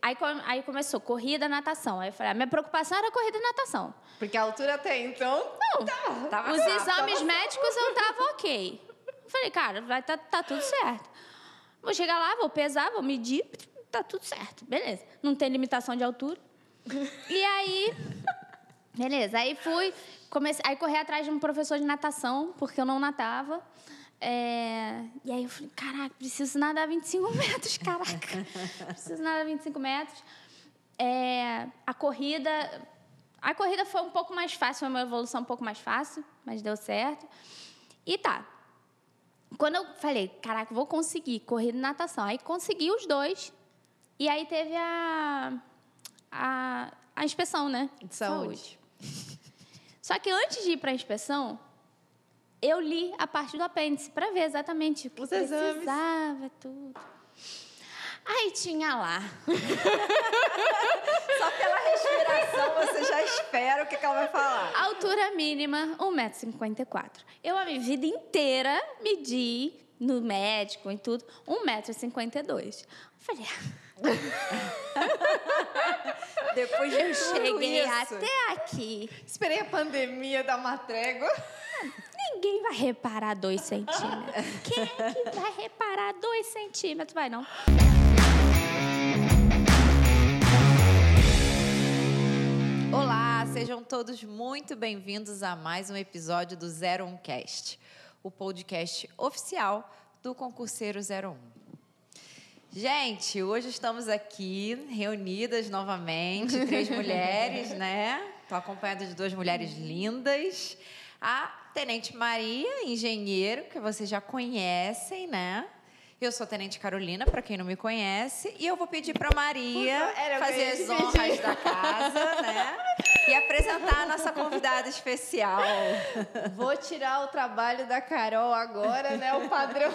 Aí começou corrida, natação. Aí eu falei, a minha preocupação era corrida e natação. Porque a altura tem, então... Não, os exames médicos eu tava ok. Eu falei, cara, vai tá tudo certo. Vou chegar lá, vou pesar, vou medir, tá tudo certo. Beleza. Não tem limitação de altura. E aí... Beleza. Aí comecei a correr atrás de um professor de natação, porque eu não nadava. E aí eu falei, caraca, preciso nadar 25 metros, caraca. Preciso nadar 25 metros. A corrida foi um pouco mais fácil, foi uma evolução um pouco mais fácil, mas deu certo. E tá. Quando eu falei, caraca, vou conseguir corrida e natação. Aí consegui os dois. E aí teve a inspeção, né? De saúde. Só que antes de ir para a inspeção, eu li a parte do apêndice para ver exatamente o que precisava, tudo. Aí tinha lá. Só pela respiração você já espera o que ela vai falar. Altura mínima, 1,54 m. Eu a minha vida inteira medi no médico e tudo, 1,52 m. Falei... Depois de eu cheguei isso. até aqui. Esperei a pandemia dar uma trégua. Ninguém vai reparar 2 centímetros. Quem é que vai reparar 2 centímetros? Vai não. Olá, sejam todos muito bem-vindos a mais um episódio do 01Cast, o podcast oficial do Concurseiro 01. Gente, hoje estamos aqui reunidas novamente, 3 mulheres, né? Estou acompanhada de 2 mulheres lindas. A Tenente Maria, engenheiro, que vocês já conhecem, né? Eu sou a Tenente Carolina, para quem não me conhece. E eu vou pedir para Maria fazer as honras da casa, né? E apresentar a nossa convidada especial. Vou tirar o trabalho da Carol agora, né? O padrão.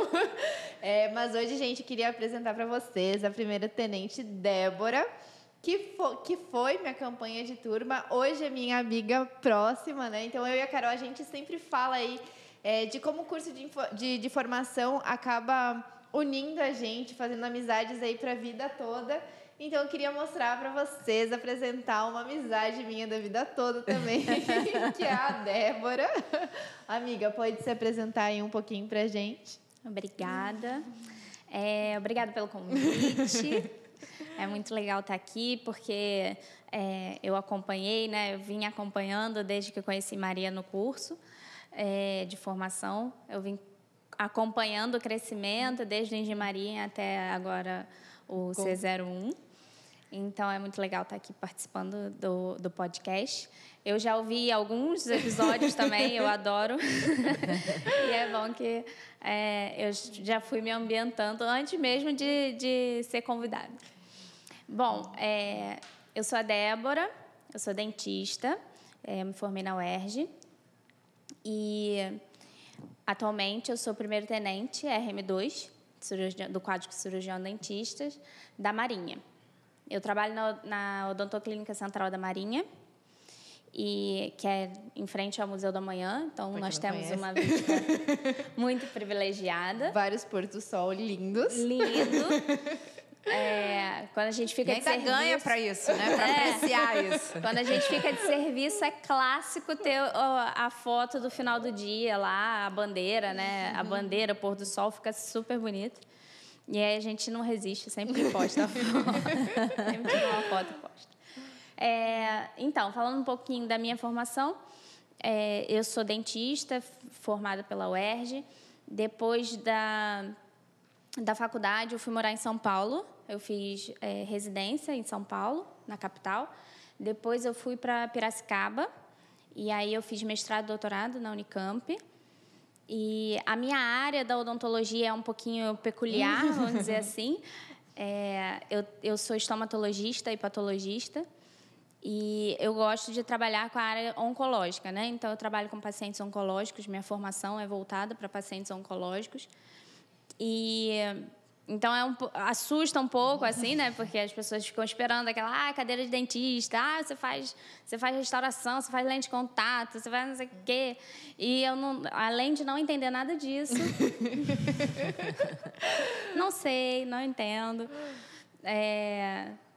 Mas hoje, gente, queria apresentar para vocês a primeira Tenente Débora, que foi minha companhia de turma. Hoje é minha amiga próxima, né? Então, eu e a Carol, a gente sempre fala aí de como o curso de formação acaba unindo a gente, fazendo amizades aí para a vida toda. Então, eu queria mostrar para vocês, apresentar uma amizade minha da vida toda também, que é a Débora. Amiga, pode se apresentar aí um pouquinho para a gente? Obrigada. Obrigada pelo convite. É muito legal estar aqui, porque eu acompanhei, né? Eu vim acompanhando desde que eu conheci Maria no curso de formação. Eu vim acompanhando o crescimento, desde a engenharia até agora o C01. Então, é muito legal estar aqui participando do podcast. Eu já ouvi alguns episódios também, eu adoro. E é bom que eu já fui me ambientando antes mesmo de ser convidada. Bom, eu sou a Débora, eu sou dentista, me formei na UERJ. E, atualmente, eu sou primeiro-tenente RM2, do quadro de cirurgião dentistas, da Marinha. Eu trabalho na Odontoclínica Central da Marinha, que é em frente ao Museu da Manhã. Então, nós temos uma vista muito privilegiada. Vários pôr-do-sol lindos. Lindo. Quando a gente fica de serviço... ganha para isso, né? Para apreciar isso. Quando a gente fica de serviço, é clássico ter a foto do final do dia lá, a bandeira, né? A bandeira, o pôr do sol, fica super bonito. E aí a gente não resiste, sempre posta a foto. Sempre tira uma foto e posta. Então, falando um pouquinho da minha formação, eu sou dentista, formada pela UERJ. Depois da faculdade, eu fui morar em São Paulo. Eu fiz residência em São Paulo, na capital. Depois eu fui para Piracicaba. E aí eu fiz mestrado e doutorado na Unicamp. E a minha área da odontologia é um pouquinho peculiar, vamos dizer assim. Eu sou estomatologista e patologista. E eu gosto de trabalhar com a área oncológica, né? Então, eu trabalho com pacientes oncológicos. Minha formação é voltada para pacientes oncológicos. Então, assusta um pouco, assim, né? Porque as pessoas ficam esperando aquela cadeira de dentista, você faz restauração, você faz lente de contato, você faz não sei o quê. E eu, além de não entender nada disso, não sei, não entendo.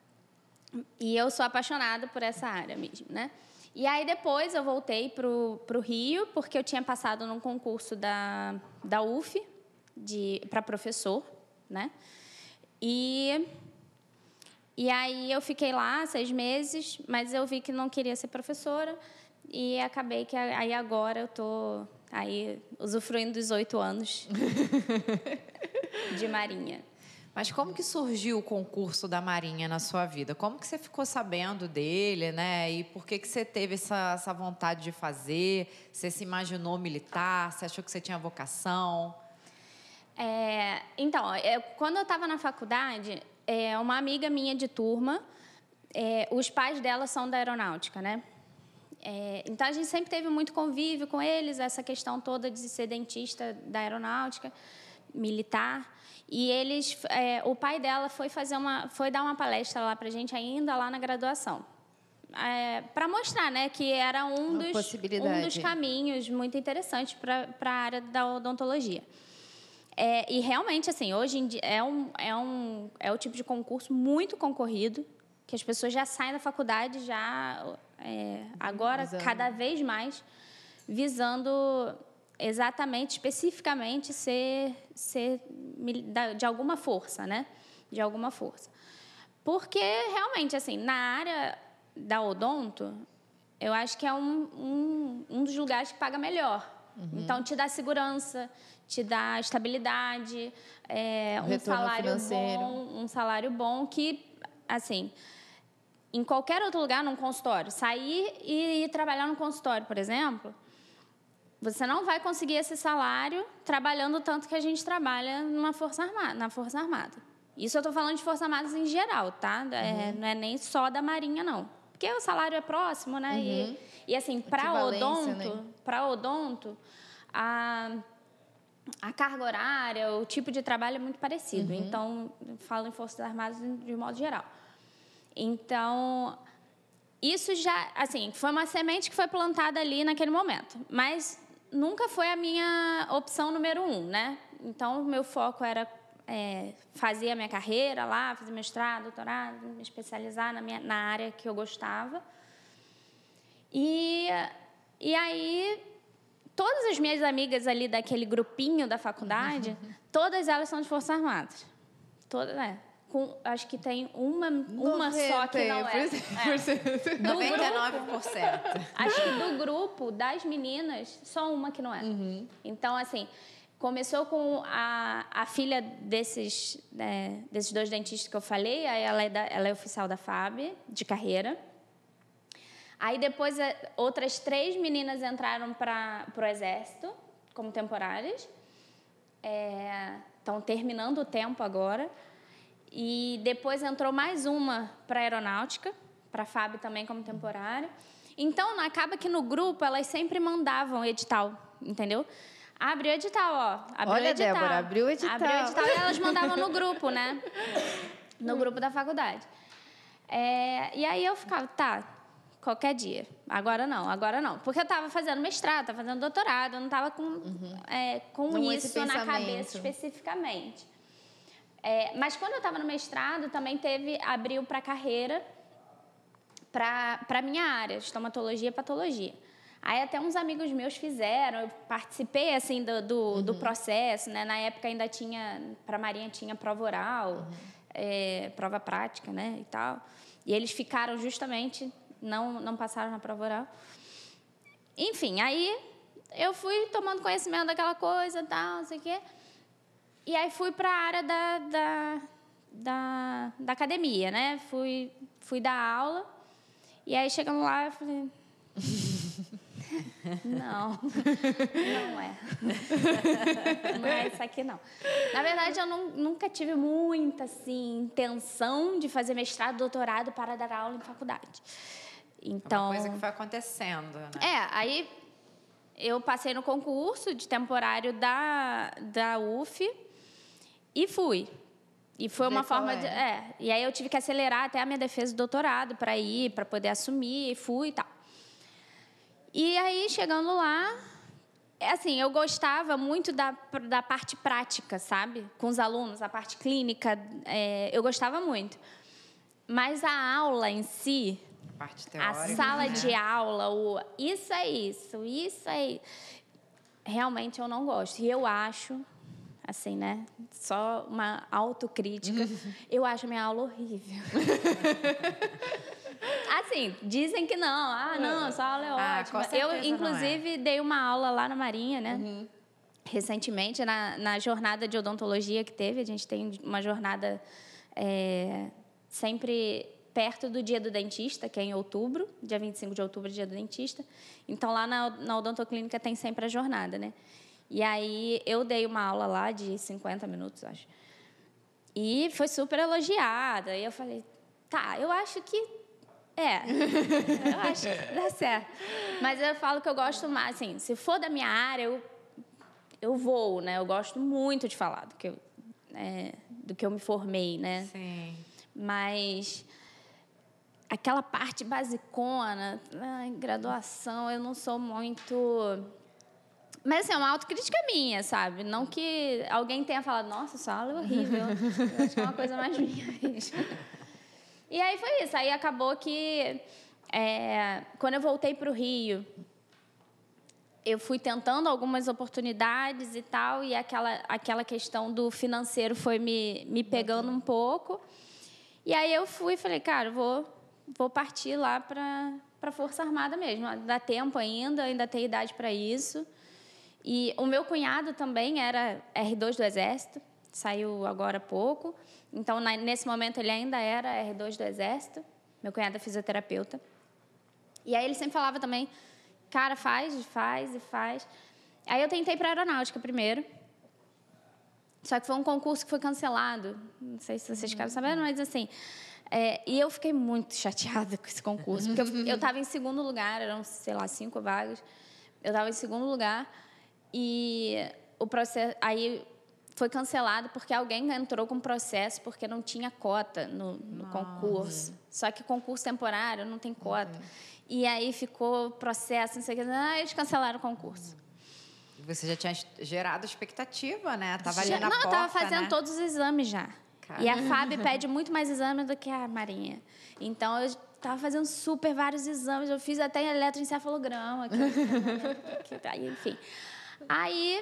E eu sou apaixonada por essa área mesmo, né? E aí, depois, eu voltei pro Rio, porque eu tinha passado num concurso da UF para professor, né? E aí, eu fiquei lá 6 meses, mas eu vi que não queria ser professora e acabei que aí agora eu tô aí usufruindo dos 8 anos de Marinha. Mas como que surgiu o concurso da Marinha na sua vida? Como que você ficou sabendo dele, né? E por que você teve essa vontade de fazer? Você se imaginou militar? Você achou que você tinha vocação? Então, quando eu estava na faculdade, uma amiga minha de turma, os pais dela são da aeronáutica, né? Então, a gente sempre teve muito convívio com eles, essa questão toda de ser dentista da aeronáutica, militar. E o pai dela foi dar uma palestra lá para a gente, ainda lá na graduação, para mostrar, né, que era um dos caminhos muito interessantes para a área da odontologia. E realmente, assim, hoje em dia é o tipo de concurso muito concorrido, que as pessoas já saem da faculdade agora cada vez mais visando exatamente, especificamente, ser de alguma força, né? De alguma força. Porque, realmente, assim, na área da odonto, eu acho que é um dos lugares que paga melhor. Uhum. Então, te dá segurança, te dá estabilidade, um salário bom que, assim, em qualquer outro lugar, num consultório, sair e ir trabalhar no consultório, por exemplo, você não vai conseguir esse salário trabalhando tanto que a gente trabalha na Força Armada. Isso eu estou falando de Forças Armadas em geral, tá? Não é nem só da Marinha, não. Porque o salário é próximo, né? Uhum. E assim, para odonto, a carga horária, o tipo de trabalho é muito parecido. Uhum. Então, eu falo em Forças Armadas de modo geral. Então, isso já, assim, foi uma semente que foi plantada ali naquele momento. Mas nunca foi a minha opção número 1, né? Então, o meu foco era fazer a minha carreira lá, fazer mestrado, doutorado, me especializar na área que eu gostava. E aí, todas as minhas amigas ali daquele grupinho da faculdade, todas elas são de Forças Armadas. Todas, acho que tem uma só que não é. 99%. Acho que do grupo das meninas, só uma que não é. Uhum. Então, assim, começou com a filha desses 2 dentistas que eu falei. Ela é oficial da FAB, de carreira. Aí, depois, outras 3 meninas entraram para o Exército, como temporárias. Estão terminando o tempo agora. E depois entrou mais uma para a aeronáutica, para a FAB também como temporária. Então, acaba que no grupo elas sempre mandavam edital, entendeu? Abriu o edital, ó. Olha, Débora, abriu o edital. Abriu o edital e elas mandavam no grupo, né? No grupo da faculdade. E aí eu ficava, qualquer dia. Agora não. Porque eu estava fazendo mestrado, estava fazendo doutorado, eu não estava com isso na cabeça especificamente. Mas quando eu estava no mestrado, também abriu para carreira, para a minha área, estomatologia e patologia. Aí até uns amigos meus fizeram, eu participei assim do processo, né? Na época ainda para a Marinha tinha prova oral, prova prática, né? E tal. E eles ficaram justamente, não passaram na prova oral. Enfim, aí eu fui tomando conhecimento daquela coisa, tal, não sei o quê. E aí fui para a área da academia, né? Fui dar aula. E aí, chegando lá, eu falei... Não é. Não é isso aqui, não. Na verdade, eu nunca tive muita, assim, intenção de fazer mestrado, doutorado para dar aula em faculdade. Então... É uma coisa que foi acontecendo, né? Aí eu passei no concurso de temporário da UF e fui. E foi uma forma de... E aí eu tive que acelerar até a minha defesa do doutorado para poder assumir, e fui e tal. E aí, chegando lá, assim, eu gostava muito da parte prática, sabe? Com os alunos, a parte clínica, eu gostava muito. Mas a aula em si, Parte teórica, a sala de aula, isso é isso, realmente eu não gosto. E eu acho, assim, né? Só uma autocrítica, eu acho a minha aula horrível. Assim, dizem que não. Não, essa aula é ótima. Eu, inclusive, dei uma aula lá na Marinha, né? Recentemente, na jornada de odontologia que teve. A gente tem uma jornada sempre perto do Dia do Dentista, que é em outubro. Dia 25 de outubro, Dia do Dentista. Então, lá na odontoclínica tem sempre a jornada, né? E aí, eu dei uma aula lá de 50 minutos, acho. E foi super elogiada. E eu falei, tá, eu acho que eu acho que dá certo. Mas eu falo que eu gosto mais, assim, se for da minha área, eu vou, né? Eu gosto muito de falar do que eu me formei, né? Sim. Mas aquela parte basicona, graduação, eu não sou muito... Mas, assim, é uma autocrítica minha, sabe? Não que alguém tenha falado, nossa, essa aula é horrível. Eu acho que é uma coisa mais minha mesmo. E aí foi isso. Aí acabou que, quando eu voltei para o Rio, eu fui tentando algumas oportunidades e tal, e aquela questão do financeiro foi me pegando um pouco. E aí eu fui e falei, cara, vou partir lá para a Força Armada mesmo. Dá tempo ainda tem idade para isso. E o meu cunhado também era R2 do Exército, saiu agora há pouco. Então, nesse momento, ele ainda era R2 do Exército. Meu cunhado é fisioterapeuta. E aí ele sempre falava também, cara, faz. Aí eu tentei para a aeronáutica primeiro. Só que foi um concurso que foi cancelado. Não sei se vocês ficaram sabendo, mas assim... e eu fiquei muito chateada com esse concurso. Porque eu estava em segundo lugar, eram, sei lá, 5 vagas. Eu estava em segundo lugar. E o processo... Aí foi cancelado porque alguém entrou com processo porque não tinha cota no concurso. Só que concurso temporário não tem cota. E aí ficou processo, não sei o que. Eles cancelaram o concurso. Você já tinha gerado expectativa, né? Estava ali na porta, Não, eu estava fazendo todos os exames já. Caramba. E a FAB pede muito mais exames do que a Marinha. Então, eu estava fazendo vários exames. Eu fiz até eletroencefalograma. Enfim. Aí...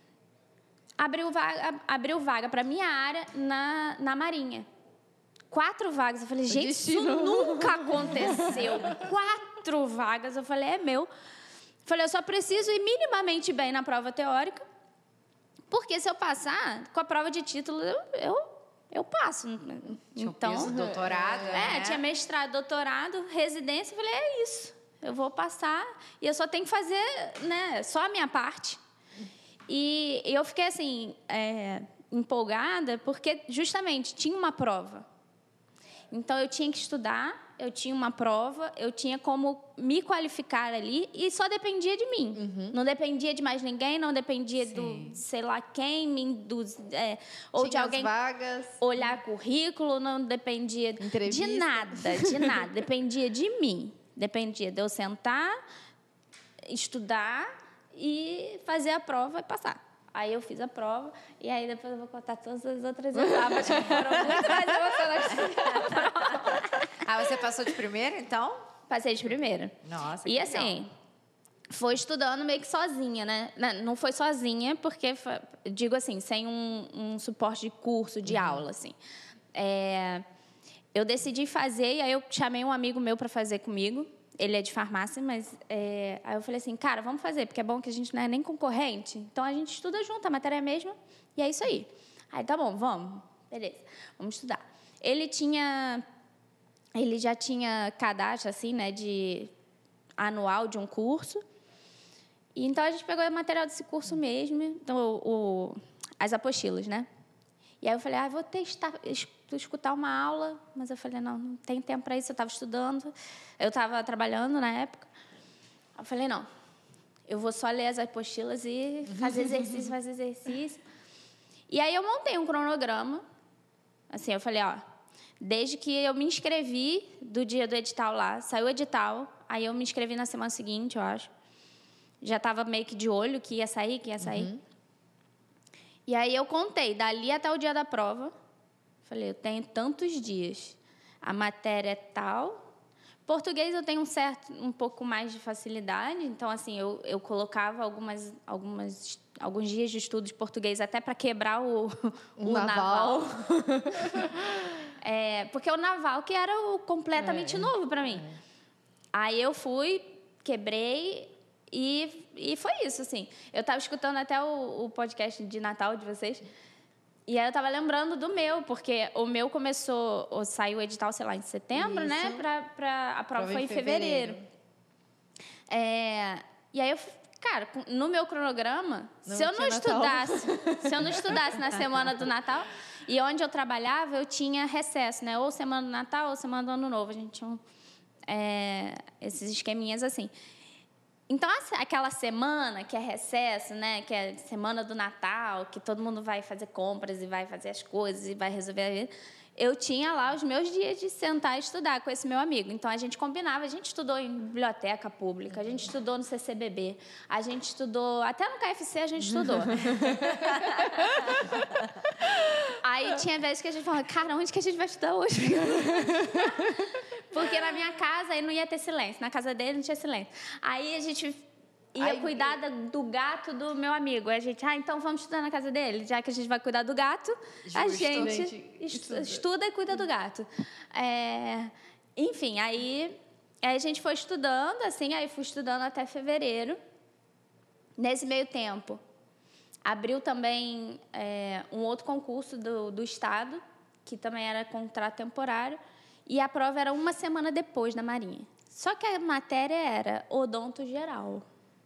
Abriu vaga para minha área na Marinha. 4 vagas. Eu falei, gente, isso nunca aconteceu. 4 vagas. Eu falei, é meu. Eu falei, eu só preciso ir minimamente bem na prova teórica, porque se eu passar, com a prova de título, eu passo. Tinha então, doutorado. Né? Tinha mestrado, doutorado, residência. Eu falei, é isso. Eu vou passar e eu só tenho que fazer, né, só a minha parte. E eu fiquei, assim, empolgada porque, justamente, tinha uma prova. Então, eu tinha que estudar, eu tinha uma prova, eu tinha como me qualificar ali e só dependia de mim. Não dependia de mais ninguém, não dependia do, sei lá quem, ou de alguém vagas. Olhar currículo, não dependia de nada. Dependia de mim. Dependia de eu sentar, estudar... e fazer a prova e passar. Aí eu fiz a prova, e aí depois eu vou contar todas as outras etapas que foram muito mais emocionantes que a prova. Você passou de primeira, então? Passei de primeira. Nossa, que E assim, foi estudando meio que sozinha, né? Não foi sozinha, porque, digo assim, sem um suporte de curso, de aula, assim. Eu decidi fazer, e aí eu chamei um amigo meu para fazer comigo. Ele é de farmácia, mas... Aí eu falei assim, cara, vamos fazer, porque é bom que a gente não é nem concorrente. Então, a gente estuda junto, a matéria é a mesma, e é isso aí. Aí, tá bom, vamos. Beleza, vamos estudar. Ele já tinha cadastro, assim, né, anual de um curso. E, então, a gente pegou o material desse curso mesmo, então, as apostilas, né? E aí eu falei, vou escutar uma aula, mas eu falei, não tem tempo para isso, eu estava estudando, eu estava trabalhando na época. Eu falei, não, eu vou só ler as apostilas e fazer exercício. E aí eu montei um cronograma, assim, eu falei, desde que eu me inscrevi do dia do edital lá, saiu o edital, aí eu me inscrevi na semana seguinte, eu acho. Já estava meio que de olho que ia sair. E aí eu contei, dali até o dia da prova, falei, eu tenho tantos dias. a matéria é tal. Português eu tenho um pouco mais de facilidade, então assim eu colocava alguns dias de estudo de português até para quebrar o naval. Porque o naval que era completamente novo para mim. Aí eu fui, quebrei e foi isso, assim. Eu estava escutando até o podcast de Natal de vocês. E aí eu estava lembrando do meu, porque o meu saiu o edital, sei lá, em setembro, isso. né? A prova foi em fevereiro. E aí cara, no meu cronograma, se eu não estudasse na semana do Natal, e onde eu trabalhava, eu tinha recesso, né? Ou semana do Natal ou semana do Ano Novo. A gente tinha esses esqueminhas assim. Então, aquela semana que é recesso, né, que é semana do Natal, que todo mundo vai fazer compras e vai fazer as coisas e vai resolver a vida, eu tinha lá os meus dias de sentar e estudar com esse meu amigo. Então, a gente combinava, a gente estudou em biblioteca pública, a gente estudou no CCBB, a gente estudou... Até no KFC a gente estudou. Aí, tinha vezes que a gente falava, cara, onde que a gente vai estudar hoje? Porque na minha casa aí não ia ter silêncio, na casa dele não tinha silêncio. Aí a gente ia cuidar do gato do meu amigo. Aí a gente, então vamos estudar na casa dele, já que a gente vai cuidar do gato, a gente estuda e cuida do gato. Enfim, aí a gente foi estudando, assim, aí fui estudando até fevereiro. Nesse meio tempo, abriu também um outro concurso do Estado, que também era contrato temporário. E a prova era uma semana depois, na Marinha. Só que a matéria era odonto geral.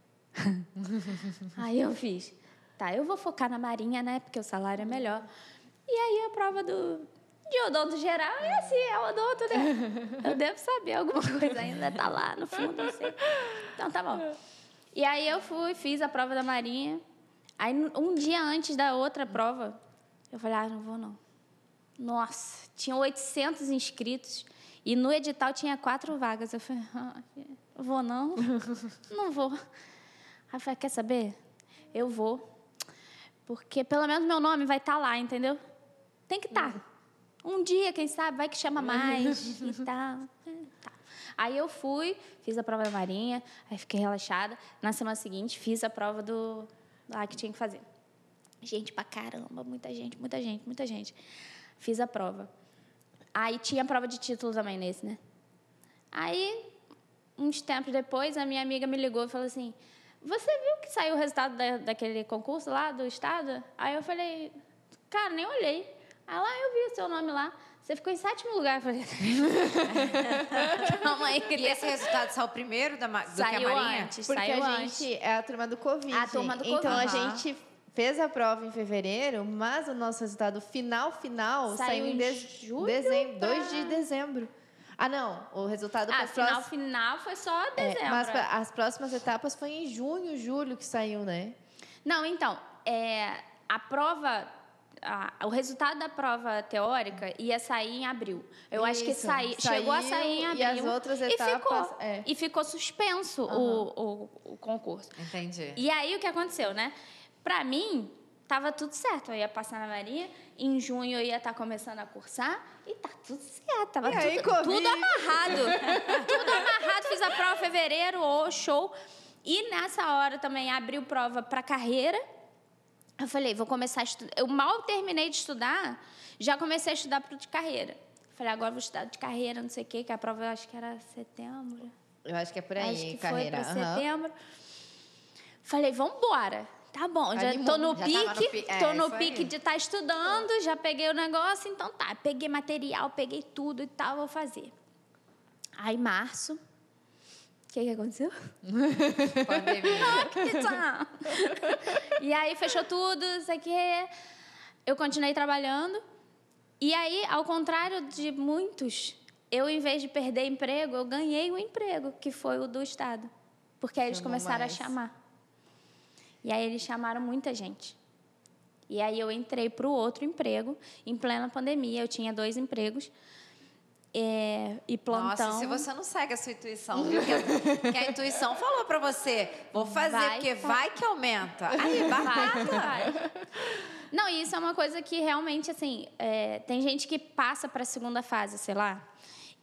Aí eu fiz, eu vou focar na Marinha, né? Porque o salário é melhor. E aí a prova de odonto geral é odonto, né? Eu devo saber alguma coisa ainda, tá lá no fundo, não sei. Então tá bom. E aí eu fiz a prova da Marinha. Aí um dia antes da outra prova, eu falei, não vou não. Nossa, tinha 800 inscritos e no edital tinha 4 vagas. Eu falei, vou não? Não vou. Aí eu falei, quer saber? Eu vou. Porque pelo menos meu nome vai estar lá, entendeu? Tem que estar. Um dia, quem sabe, vai que chama mais e tal. Tá. Aí eu fui, fiz a prova da Marinha, aí fiquei relaxada. Na semana seguinte, fiz a prova lá que tinha que fazer. Gente pra caramba, muita gente. Fiz a prova. Aí tinha a prova de título também nesse, né? Aí, uns tempos depois, a minha amiga me ligou e falou assim, você viu que saiu o resultado daquele concurso lá do Estado? Aí eu falei, cara, nem olhei. Aí lá eu vi o seu nome lá. Você ficou em 7º lugar. Eu falei, calma aí. E esse resultado saiu primeiro do que a Marinha? Porque a gente é a turma do Covid. A turma do então, Covid. A gente fez a prova em fevereiro, mas o nosso resultado final saiu em dezembro, 2 de dezembro. Não, o resultado final foi só dezembro. Mas as próximas etapas foi em junho, julho que saiu, né? Não, então, a prova, o resultado da prova teórica ia sair em abril. Eu acho que chegou a sair em abril. E as outras etapas... E ficou suspenso o concurso. Entendi. E aí, o que aconteceu, né? Para mim, estava tudo certo. Eu ia passar na Marinha, em junho eu ia estar começando a cursar e tá tudo certo. Tava tudo amarrado. Tudo amarrado. Fiz a prova em fevereiro, show. E nessa hora também abriu prova para carreira. Eu falei, vou começar a estudar. Eu mal terminei de estudar, já comecei a estudar para de carreira. Falei, agora vou estudar de carreira, não sei o quê, que a prova eu acho que era setembro. Eu acho que é por aí, acho que carreira. Foi para setembro. Falei, vamos embora. Tá bom, já tô no pique de estar estudando, já peguei o negócio, então tá. Peguei material, peguei tudo e tal, vou fazer. Aí, março, o que aconteceu? Pandemia. E aí, fechou tudo, não sei o quê. Eu continuei trabalhando. E aí, ao contrário de muitos, eu, em vez de perder emprego, eu ganhei um emprego, que foi o do Estado. Porque aí eles começaram a chamar. E aí eles chamaram muita gente. E aí eu entrei para o outro emprego, em plena pandemia. Eu tinha 2 empregos. E plantão... Nossa, se você não segue a sua intuição, viu? Que a intuição falou para você, vou fazer, porque vai que aumenta. Aí, vai. Não, e isso é uma coisa que realmente, assim, tem gente que passa para a segunda fase, sei lá,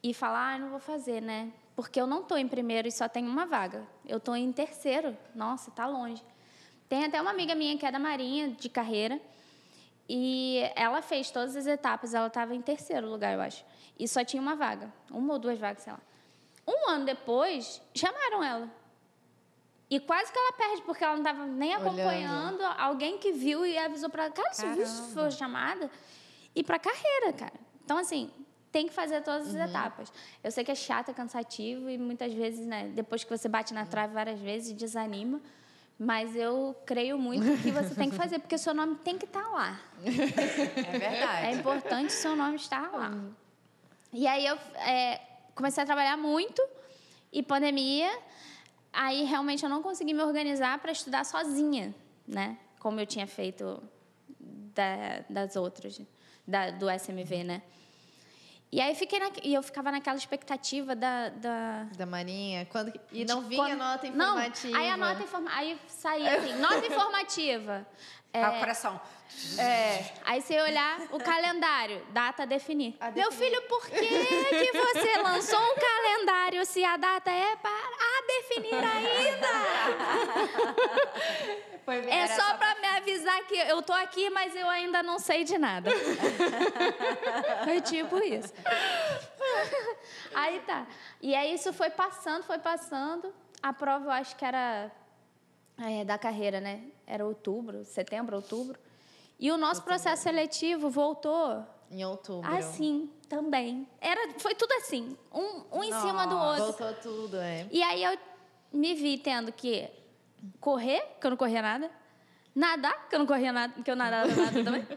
e falar, não vou fazer, né? Porque eu não estou em primeiro e só tem uma vaga. Eu estou em terceiro. Nossa, tá longe. Tem até uma amiga minha que é da Marinha, de carreira, e ela fez todas as etapas, ela estava em terceiro lugar, eu acho. E só tinha uma vaga, 1 ou 2 vagas, sei lá. 1 ano depois, chamaram ela. E quase que ela perde, porque ela não estava nem acompanhando. Alguém que viu e avisou para ela, cara, você viu se foi chamada? E para carreira, cara. Então, assim, tem que fazer todas as etapas. Eu sei que é chato, é cansativo e muitas vezes, né, depois que você bate na trave várias vezes, desanima. Mas eu creio muito que você tem que fazer, porque o seu nome tem que estar lá. É verdade. É importante o seu nome estar lá. E aí eu comecei a trabalhar muito e pandemia, aí realmente eu não consegui me organizar para estudar sozinha, né? Como eu tinha feito das outras, do SMV, né? E aí eu ficava naquela expectativa da Marinha. E não vinha nota informativa. Não, aí a nota aí saía assim, nota informativa. O coração. Aí você olhar o calendário, data a definir. Meu filho, por que você lançou um calendário se a data é para definir ainda? É só para me avisar que eu tô aqui, mas eu ainda não sei de nada. Foi tipo isso. Aí tá. E aí isso foi passando. A prova eu acho que era da carreira, né? Era setembro, outubro. E o nosso processo seletivo voltou em outubro. Assim, também. Foi tudo assim, um em cima do outro. Voltou tudo, E aí eu me vi tendo que correr, que eu não corria nada, nadar, que eu não corria nada, que eu nadava nada também.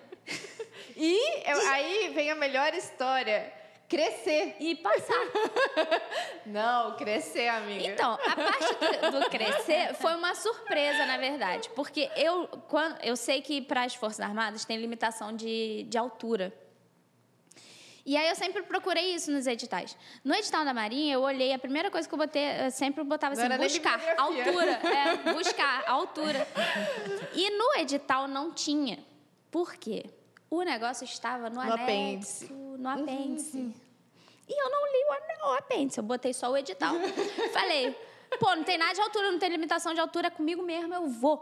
Aí vem a melhor história. Crescer. E passar. Não, crescer, amiga. Então, a parte do crescer foi uma surpresa, na verdade. Porque eu sei que para as Forças Armadas tem limitação de altura. E aí eu sempre procurei isso nos editais. No edital da Marinha, eu olhei, a primeira coisa que eu sempre botava assim, buscar altura. Buscar altura. E no edital não tinha. Por quê? O negócio estava no anexo, no apêndice. E eu não li o apêndice, eu botei só o edital. Falei, não tem nada de altura, não tem limitação de altura, comigo mesmo eu vou.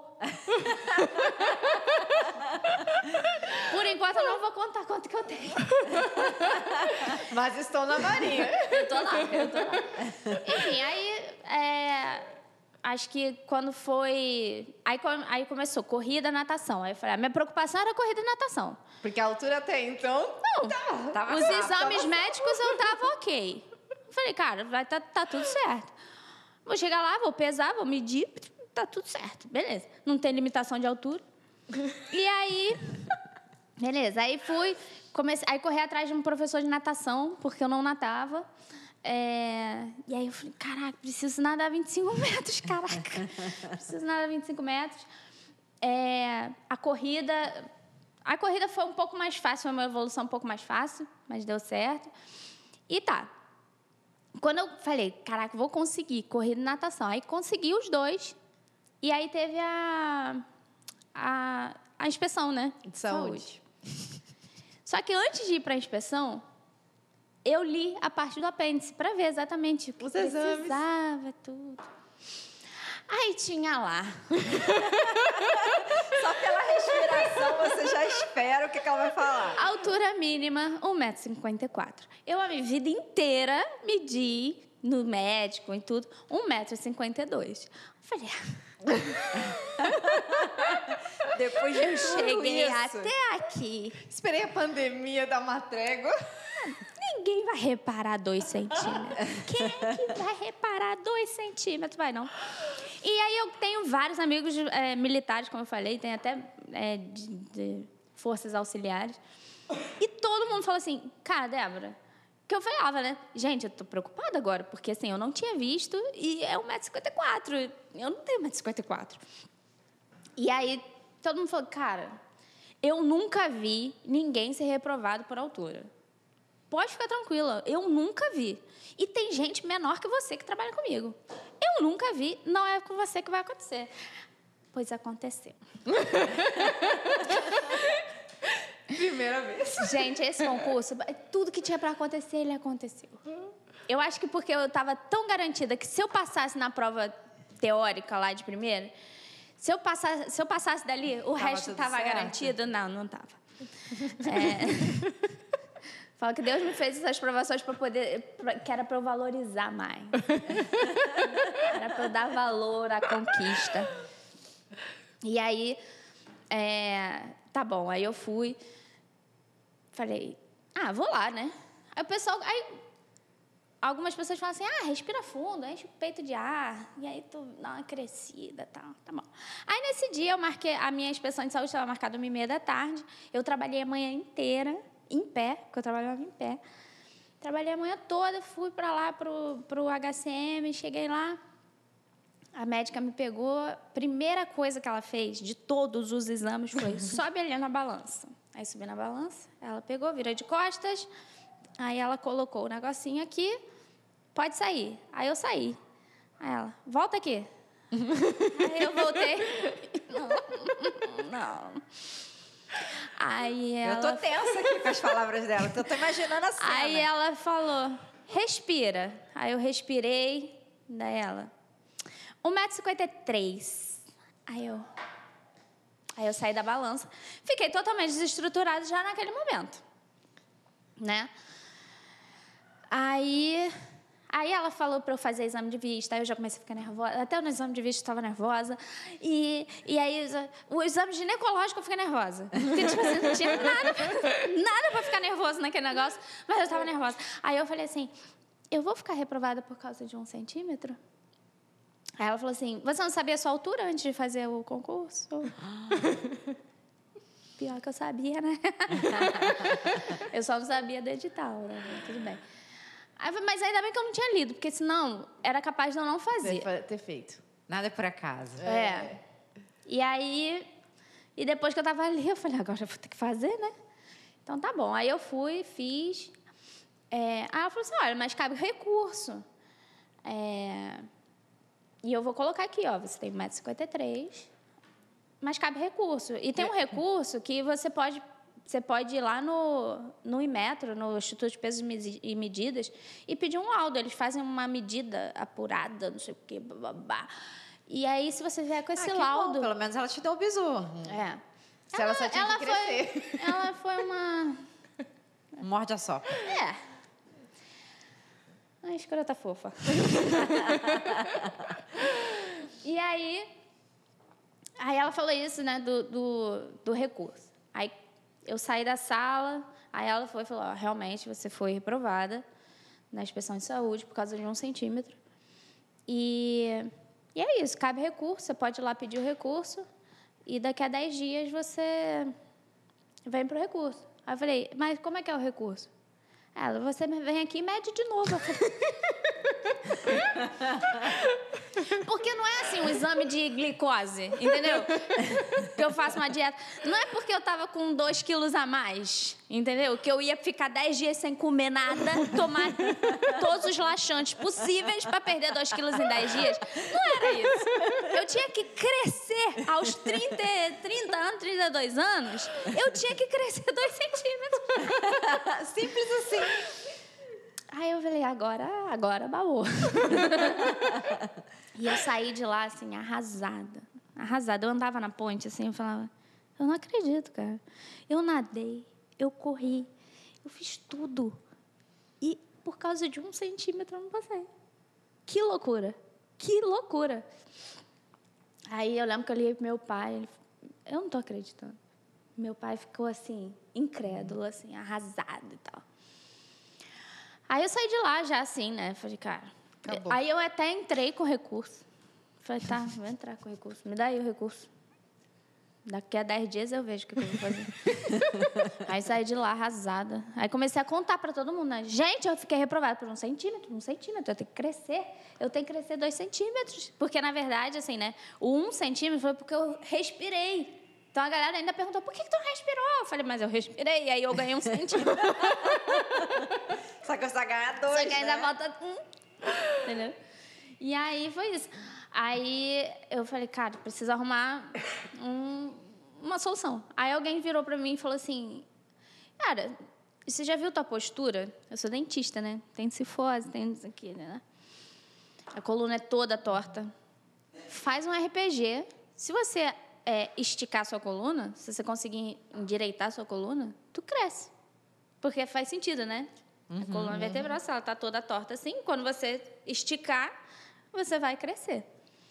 Por enquanto eu não vou contar quanto que eu tenho. Mas estou na Marinha. Eu tô lá. Enfim, aí... Acho que quando foi... Aí começou corrida, natação. Aí eu falei, minha preocupação era corrida e natação. Porque a altura tem, então... Não, os exames médicos eu tava ok. Eu falei, cara, vai tá tudo certo. Vou chegar lá, vou pesar, vou medir, tá tudo certo. Beleza. Não tem limitação de altura. E aí... Beleza. Aí comecei a correr atrás de um professor de natação, porque eu não nadava. E aí eu falei, caraca, preciso nadar 25 metros, caraca. Preciso nadar 25 metros. A corrida foi um pouco mais fácil, foi uma evolução um pouco mais fácil, mas deu certo. E tá. Quando eu falei, caraca, vou conseguir corrida e natação. Aí consegui os dois. E aí teve a inspeção, né? De saúde. Só que antes de ir para a inspeção, eu li a parte do apêndice para ver exatamente o que precisava, tudo. Aí tinha lá. Só pela respiração você já espera o que ela vai falar. Altura mínima, 1,54 m. Eu a minha vida inteira medi no médico e tudo, 1,52 m. Falei... Depois de eu cheguei até aqui. Esperei a pandemia dar uma trégua. Ninguém vai reparar 2 centímetros. Quem é que vai reparar 2 centímetros? Vai, não. E aí eu tenho vários amigos militares, como eu falei, tem até de forças auxiliares. E todo mundo fala assim, cara, Débora, que eu falava, né? Gente, eu tô preocupada agora, porque assim, eu não tinha visto e é 1,54 m. Eu não tenho 1,54 m. E aí todo mundo falou, cara, eu nunca vi ninguém ser reprovado por altura. Pode ficar tranquila, eu nunca vi. E tem gente menor que você que trabalha comigo. Eu nunca vi, não é com você que vai acontecer. Pois aconteceu. Primeira vez. Gente, esse concurso, tudo que tinha para acontecer, ele aconteceu. Eu acho que porque eu estava tão garantida que se eu passasse na prova teórica lá de primeira, se eu passasse dali, o resto estava garantido. Não estava. Fala que Deus me fez essas provações que era para eu valorizar mais. Era para eu dar valor à conquista. E aí, tá bom, aí eu fui, falei, vou lá, né? Aí algumas pessoas falam assim, respira fundo, enche o peito de ar, e aí tu dá uma crescida e tal, tá bom. Aí nesse dia eu marquei, a minha inspeção de saúde estava marcada 1h30 eu trabalhei a manhã inteira, em pé, porque eu trabalhava em pé. Trabalhei a manhã toda, fui para lá, pro HCM, cheguei lá, a médica me pegou, primeira coisa que ela fez, de todos os exames, foi, sobe ali na balança. Aí subi na balança, ela pegou, virou de costas, aí ela colocou o negocinho aqui, pode sair. Aí eu saí. Aí ela, volta aqui. Aí eu voltei. Não. Aí ela... Eu tô tensa aqui com as palavras dela, que eu tô imaginando a cena. Aí ela falou, respira. Aí eu respirei, daí ela, 1,53 m. Aí eu saí da balança. Fiquei totalmente desestruturada já naquele momento, né? Aí ela falou para eu fazer exame de vista, aí eu já comecei a ficar nervosa, até no exame de vista eu estava nervosa, e aí o exame ginecológico eu fiquei nervosa, porque tipo assim, não tinha nada para ficar nervoso naquele negócio, mas eu estava nervosa. Aí eu falei assim, eu vou ficar reprovada por causa de 1 centímetro? Aí ela falou assim, você não sabia a sua altura antes de fazer o concurso? Pior que eu sabia, né? Eu só não sabia do edital, né? Tudo bem. Aí, mas ainda bem que eu não tinha lido, porque senão era capaz de eu não fazer. Ter feito. Nada é por acaso. E aí, depois que eu tava ali, eu falei, agora eu vou ter que fazer, né? Então tá bom. Aí eu fui, fiz. Aí ela falou assim, olha, mas cabe recurso. E eu vou colocar aqui, ó, você tem 1,53 m, mas cabe recurso. E tem um recurso que você pode ir lá no Inmetro, no Instituto de Pesos e Medidas, e pedir um laudo. Eles fazem uma medida apurada, não sei o quê, babá. E aí, se você vier com esse laudo... Bom, pelo menos ela te deu o bizu. Se ela só tinha que crescer. Ela foi uma... Morde a sopa. Uma escrota fofa. E aí ela falou isso, né, do recurso. Aí eu saí da sala, aí ela foi e falou, realmente você foi reprovada na inspeção de saúde por causa de 1 centímetro. E é isso, cabe recurso, você pode ir lá pedir o recurso e daqui a 10 dias você vem pro recurso. Aí eu falei, mas como é que é o recurso? Ela, você vem aqui e mede de novo. Porque não é assim um exame de glicose, entendeu? Que eu faço uma dieta. Não é porque eu tava com 2 quilos a mais, entendeu? Que eu ia ficar 10 dias sem comer nada, tomar todos os laxantes possíveis para perder 2 quilos em 10 dias. Não era isso. Eu tinha que crescer aos 30 anos, 32 anos, eu tinha que crescer 2 centímetros. Simples assim. Aí eu falei, agora babou. E eu saí de lá, assim, arrasada. Eu andava na ponte, assim, eu falava, eu não acredito, cara. Eu nadei, eu corri, eu fiz tudo. E por causa de 1 centímetro eu não passei. Que loucura. Aí eu lembro que eu liguei pro meu pai, eu não tô acreditando. Meu pai ficou, assim, incrédulo, assim, arrasado e tal. Aí eu saí de lá já assim, né? Falei, cara... Acabou. Aí eu até entrei com recurso. Falei, tá, vou entrar com recurso. Me dá aí o recurso. Daqui a 10 dias eu vejo o que eu vou fazer. Aí saí de lá arrasada. Aí comecei a contar pra todo mundo, né? Gente, eu fiquei reprovada por 1 centímetro. Eu tenho que crescer. Eu tenho que crescer 2 centímetros. Porque, na verdade, assim, né? O 1 centímetro foi porque eu respirei. Então, a galera ainda perguntou, por que tu não respirou? Eu falei, mas eu respirei, e aí eu ganhei 1 centímetro. Só que eu só ganhar 2, Só que ainda falta 1. Entendeu? E aí, foi isso. Aí, eu falei, cara, preciso arrumar uma solução. Aí, alguém virou pra mim e falou assim, cara, você já viu tua postura? Eu sou dentista, né? Tem cifose, tem isso aqui, né? A coluna é toda torta. Faz um RPG. Se você esticar sua coluna, se você conseguir endireitar sua coluna, tu cresce. Porque faz sentido, né? A coluna vertebral, se ela tá toda torta assim, quando você esticar, você vai crescer.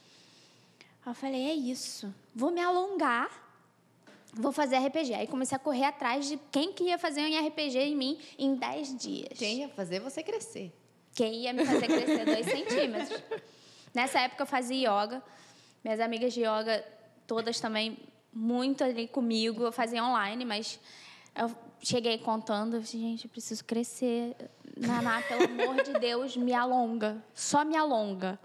Eu falei, é isso. Vou me alongar, vou fazer RPG. Aí comecei a correr atrás de quem que ia fazer um RPG em mim em 10 dias. Quem ia fazer você crescer? Quem ia me fazer crescer 2 centímetros. Nessa época eu fazia yoga. Minhas amigas de yoga, todas também muito ali comigo. Eu fazia online, mas eu cheguei contando. Gente, eu preciso crescer. Naná, pelo amor de Deus, me alonga. Só me alonga.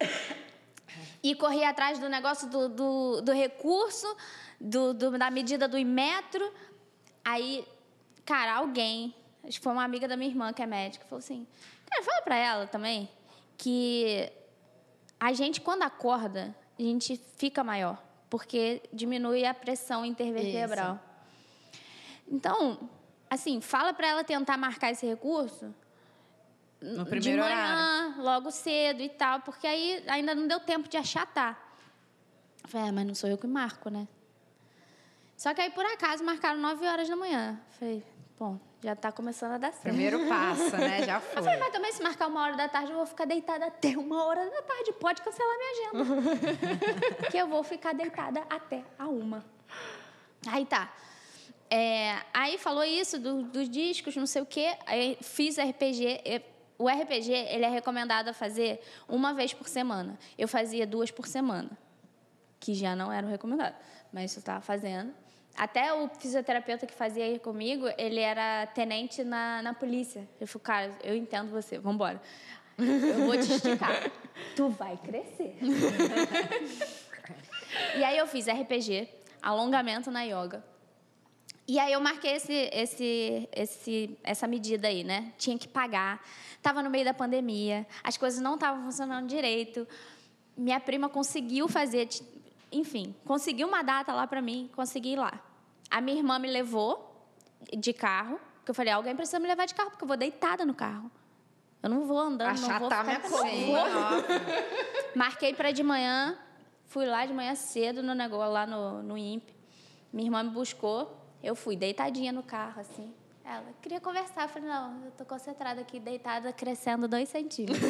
E corri atrás do negócio do recurso, da medida do metro. Aí, cara, alguém, acho que foi uma amiga da minha irmã, que é médica, falou assim, cara, fala pra ela também que a gente, quando acorda, a gente fica maior, porque diminui a pressão intervertebral. Isso. Então, assim, fala pra ela tentar marcar esse recurso no primeiro de manhã, horário, logo cedo e tal, porque aí ainda não deu tempo de achatar. Eu falei, mas não sou eu que marco, né? Só que aí, por acaso, marcaram 9 horas da manhã. Eu falei, bom, já tá começando a dar certo. Primeiro passo, né? Já foi. Eu falei, mas também se marcar 1 hora da tarde, eu vou ficar deitada até 1 hora da tarde. Pode cancelar minha agenda. Que eu vou ficar deitada até a 1. Aí tá. Aí falou isso dos discos, não sei o quê. Aí fiz RPG. O RPG, ele é recomendado a fazer 1 vez por semana. Eu fazia 2 por semana, que já não era o recomendado, mas eu estava fazendo. Até o fisioterapeuta que fazia aí comigo, ele era tenente na polícia. Ele falou, cara, eu entendo você, vamos embora. Eu vou te esticar. Tu vai crescer. E aí eu fiz RPG, alongamento na yoga. E aí eu marquei essa medida aí, né? Tinha que pagar. Estava no meio da pandemia, as coisas não estavam funcionando direito. Minha prima conseguiu fazer, enfim, conseguiu uma data lá para mim, consegui ir lá. A minha irmã me levou de carro, porque eu falei, alguém precisa me levar de carro, porque eu vou deitada no carro. Eu não vou andando, não vou ficar... minha coluna. Marquei para de manhã, fui lá de manhã cedo no negócio, lá no INPE. Minha irmã me buscou, eu fui deitadinha no carro, assim. Ela queria conversar. Eu falei, não, eu tô concentrada aqui, deitada, crescendo 2 centímetros.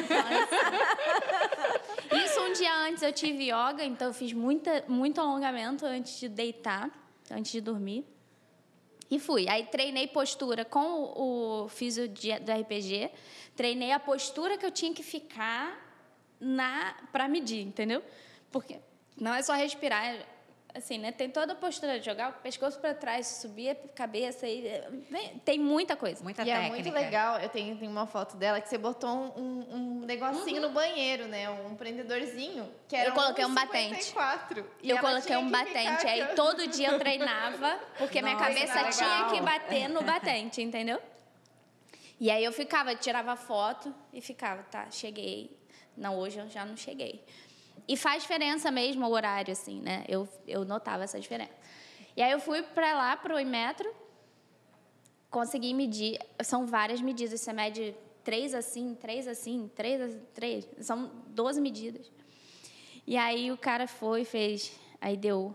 Isso um dia antes eu tive yoga, então eu fiz muito alongamento antes de deitar, antes de dormir. E fui. Aí treinei postura com o físio do RPG, treinei a postura que eu tinha que ficar para medir, entendeu? Porque não é só respirar, assim, né? Tem toda a postura de jogar o pescoço para trás, subir a cabeça, tem muita coisa. Muita e técnica. É muito legal, eu tenho uma foto dela que você botou um negocinho no banheiro, né? Um prendedorzinho, que era eu coloquei um batente. Eu coloquei um batente, aí todo dia eu treinava, porque minha cabeça tinha que bater no batente, entendeu? E aí eu tirava foto e ficava, tá, cheguei. Não, hoje eu já não cheguei. E faz diferença mesmo o horário, assim, né? Eu notava essa diferença. E aí eu fui para lá, pro Inmetro, consegui medir. São várias medidas. Você mede 3 assim, 3 assim, 3. São 12 medidas. E aí o cara fez... Aí deu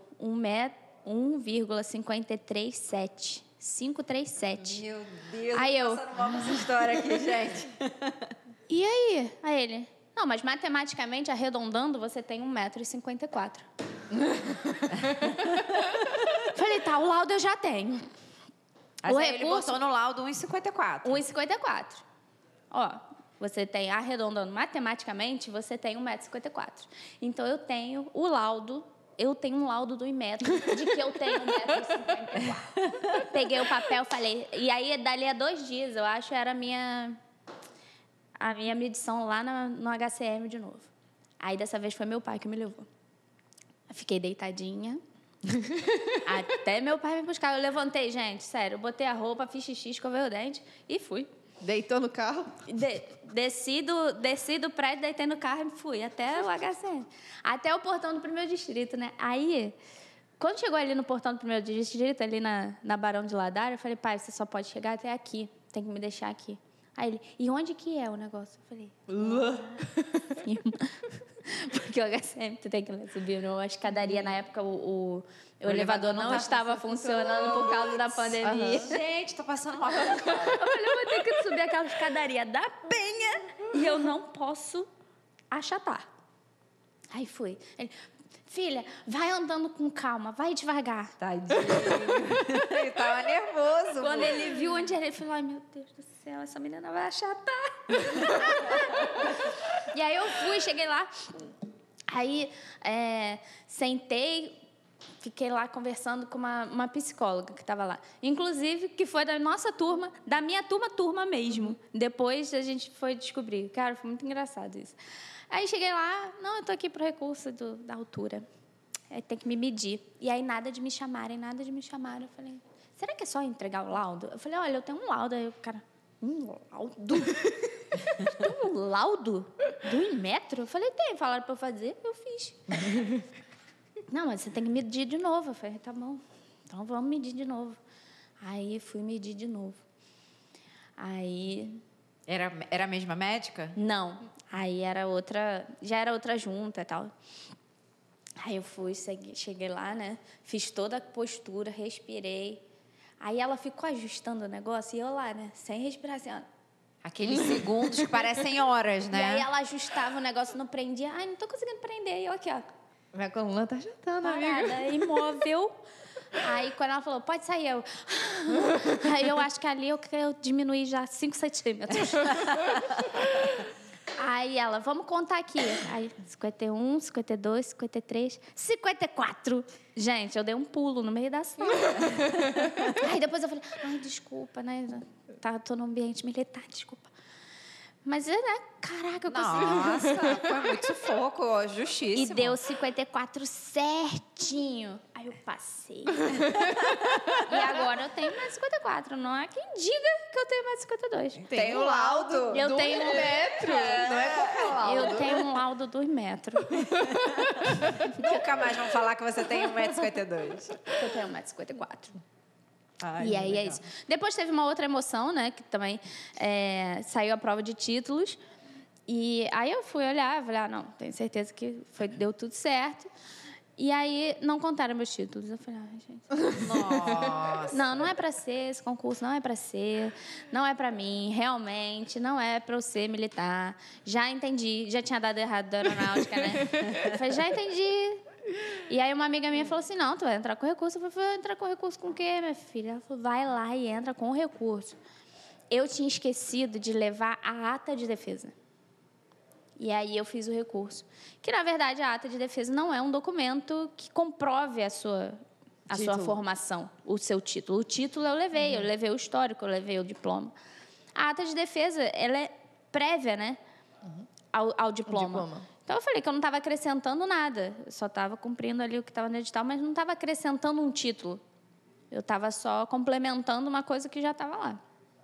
1,537. 537. Meu Deus, aí eu passando mal com essa história aqui, gente. E aí? Aí ele... Não, mas matematicamente, arredondando, você tem 1,54 m. Falei, tá, o laudo eu já tenho. Mas o ele botou no laudo 1,54. 1,54. Ó, você tem, arredondando matematicamente, você tem 1,54 m. Então, eu tenho um laudo do Inmetro de que eu tenho 1,54 m. Peguei o papel, falei... E aí, dali a 2 dias, eu acho, era a minha medição lá no HCM de novo. Aí, dessa vez, foi meu pai que me levou. Eu fiquei deitadinha. Até meu pai me buscar. Eu levantei, gente, sério. Eu botei a roupa, fiz xixi, escovei o dente e fui. Deitou no carro? Desci do prédio, deitei no carro e fui até o HCM. Até o portão do primeiro distrito, né? Aí, Quando chegou ali no portão do primeiro distrito, ali na Barão de Ladara, eu falei, pai, você só pode chegar até aqui. Tem que me deixar aqui. Aí ele, e onde que é o negócio? Eu falei, porque o HCM, tu tem que subir numa escadaria. Na época, o elevador não estava funcionando por causa da pandemia. Gente, tô passando mal. Eu falei, eu vou ter que subir aquela escadaria da Penha e eu não posso achatar. Aí fui. Ele, filha, vai andando com calma, vai devagar. Tadinho. Ele tava nervoso. Quando ele viu onde era, ele falou, ai, meu Deus do céu, essa menina vai achatar. E aí eu fui, cheguei lá. Aí sentei, fiquei lá conversando com uma psicóloga que estava lá. Inclusive, que foi da nossa turma, da minha turma mesmo. Depois a gente foi descobrir. Cara, foi muito engraçado isso. Aí cheguei lá, não, eu tô aqui pro recurso da altura. Aí tem que me medir. E aí nada de me chamarem. Eu falei, será que é só entregar o laudo? Eu falei, olha, eu tenho um laudo. Aí o cara, um laudo? Tem um laudo do Inmetro? Eu falei, tem. Falaram pra eu fazer, eu fiz. Não, mas você tem que medir de novo. Eu falei, tá bom, então vamos medir de novo. Aí fui medir de novo. Aí... Era a mesma médica? Não, aí já era outra junta e tal. Aí eu fui, cheguei lá, né? Fiz toda a postura, respirei. Aí ela ficou ajustando o negócio e eu lá, né? Sem respirar, assim, ó. Aqueles segundos que parecem horas, né? E aí ela ajustava o negócio, não prendia. Ai, não tô conseguindo prender. E eu aqui, ó. Minha coluna tá ajustando, Parada, amiga. imóvel. Aí, quando ela falou, pode sair, eu... Aí, eu acho que ali eu diminuí já 5 centímetros. Aí, ela, vamos contar aqui. Aí, 51, 52, 53, 54. Gente, eu dei um pulo no meio da sala. Aí, depois eu falei, ai, desculpa, né? Tô no ambiente militar, desculpa. Mas, né? Caraca, eu consegui. Nossa, foi muito sufoco, justíssimo. E deu 54 certinho. Aí eu passei. E agora eu tenho mais 54. Não há quem diga que eu tenho mais 52. Tem o laudo. Eu tenho um metro. Não é qualquer laudo. Eu tenho um laudo do Inmetro. Nunca mais vão falar que você tem 1,52 m. Eu tenho 1,54 m. Ai, e aí legal. é isso. Depois teve uma outra emoção, né? Que também saiu a prova de títulos. E aí eu fui olhar, falei, não, tenho certeza que deu tudo certo. E aí não contaram meus títulos. Eu falei, gente. Nossa. Não é para ser esse concurso, não é para ser, não é para mim, realmente, não é para eu ser militar. Já entendi, já tinha dado errado da aeronáutica, né? Eu falei, já entendi. E aí uma amiga minha falou assim, não, tu vai entrar com recurso. Eu falei, entrar com recurso com o quê, minha filha? Ela falou, vai lá e entra com recurso. Eu tinha esquecido de levar a ata de defesa. E aí eu fiz o recurso. Que, na verdade, a ata de defesa não é um documento que comprove a sua formação, o seu título. O título eu levei o histórico, eu levei o diploma. A ata de defesa, ela é prévia, né, ao diploma. Então, eu falei que eu não estava acrescentando nada. Eu só estava cumprindo ali o que estava no edital, mas não estava acrescentando um título. Eu estava só complementando uma coisa que já estava lá.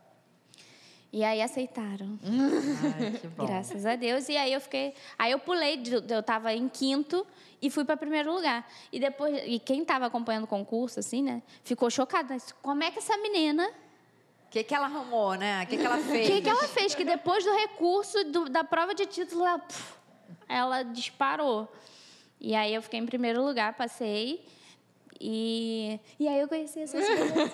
E aí aceitaram. Ai, que bom. Graças a Deus. E aí eu pulei, eu estava em 5º e fui para 1º lugar. E depois, quem estava acompanhando o concurso, assim, né, ficou chocada. Como é que essa menina... O que ela arrumou, né? O que ela fez? O que ela fez? Que depois do recurso, da prova de título, ela disparou. E aí eu fiquei em 1º lugar, passei. E aí eu conheci essa pessoas.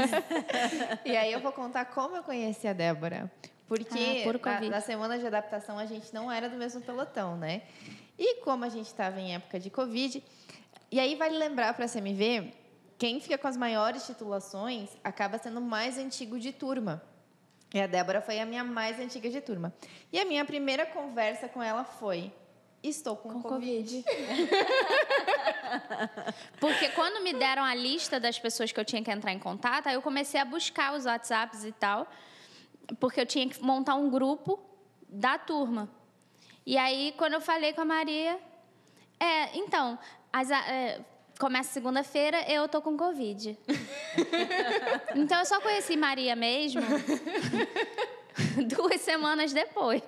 E aí eu vou contar como eu conheci a Débora. Porque na semana de adaptação a gente não era do mesmo pelotão, né? E como a gente estava em época de Covid... E aí vale lembrar para a CMV, quem fica com as maiores titulações acaba sendo mais antigo de turma. E a Débora foi a minha mais antiga de turma. E a minha primeira conversa com ela foi... Estou com Covid. Porque quando me deram a lista das pessoas que eu tinha que entrar em contato, aí eu comecei a buscar os WhatsApps e tal, porque eu tinha que montar um grupo da turma. E aí, quando eu falei com a Maria... então, começa segunda-feira, eu tô com Covid. Então, eu só conheci Maria mesmo 2 semanas depois.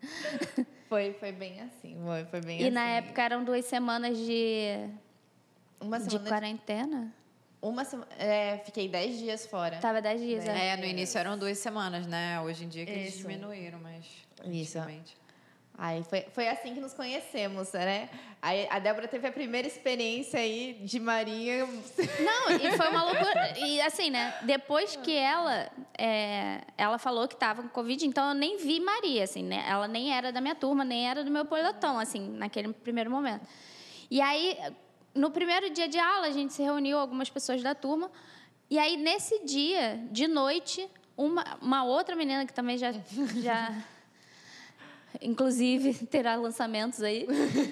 Foi bem assim, foi bem assim. E na época eram 2 semanas Uma De semana quarentena? fiquei 10 dias fora. Tava 10 dias, No início eram 2 semanas, né? Hoje em dia que eles Isso. diminuíram, mas... Isso. antigamente. Aí foi assim que nos conhecemos, né? Aí a Débora teve a primeira experiência aí de Marinha. Não, e foi uma loucura. E assim, né? Depois que ela falou que tava com Covid, então eu nem vi Maria, assim, né? Ela nem era da minha turma, nem era do meu pelotão, assim, naquele primeiro momento. E aí, no primeiro dia de aula, a gente se reuniu, algumas pessoas da turma. E aí, nesse dia, de noite, uma outra menina que também já inclusive, terá lançamentos aí.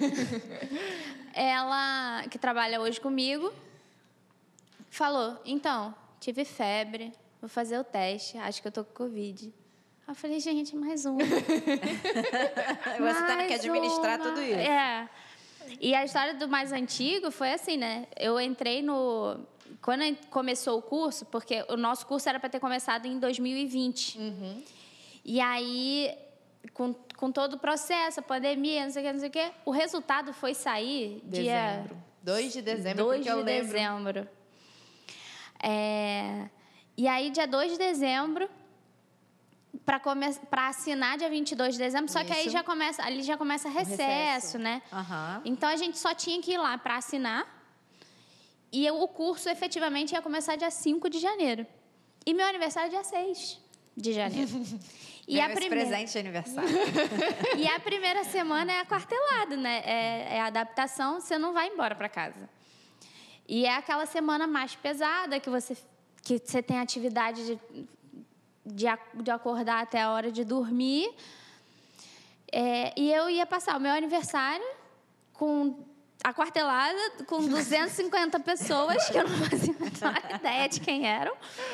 Ela, que trabalha hoje comigo, falou, então, tive febre, vou fazer o teste, acho que eu tô com Covid. Eu falei, gente, mais uma. Você tendo que administrar tudo isso. E a história do mais antigo foi assim, né? Eu entrei no... Quando começou o curso, porque o nosso curso era para ter começado em 2020. Uhum. E aí... Com todo o processo, a pandemia, não sei o quê, o resultado foi sair dia... 2 de dezembro, 2 porque eu de lembro. dezembro. E aí, dia 2 de dezembro, para assinar dia 22 de dezembro, só que aí ali já começa recesso, né? Aham. Então, a gente só tinha que ir lá para assinar e o curso, efetivamente, ia começar dia 5 de janeiro. E meu aniversário é dia 6 de janeiro. E esse presente de aniversário. E a primeira semana é aquartelado, né? É a adaptação, você não vai embora para casa. E é aquela semana mais pesada que você tem atividade de acordar até a hora de dormir. E eu ia passar o meu aniversário aquartelada com 250 pessoas que eu não fazia a menor ideia de quem eram.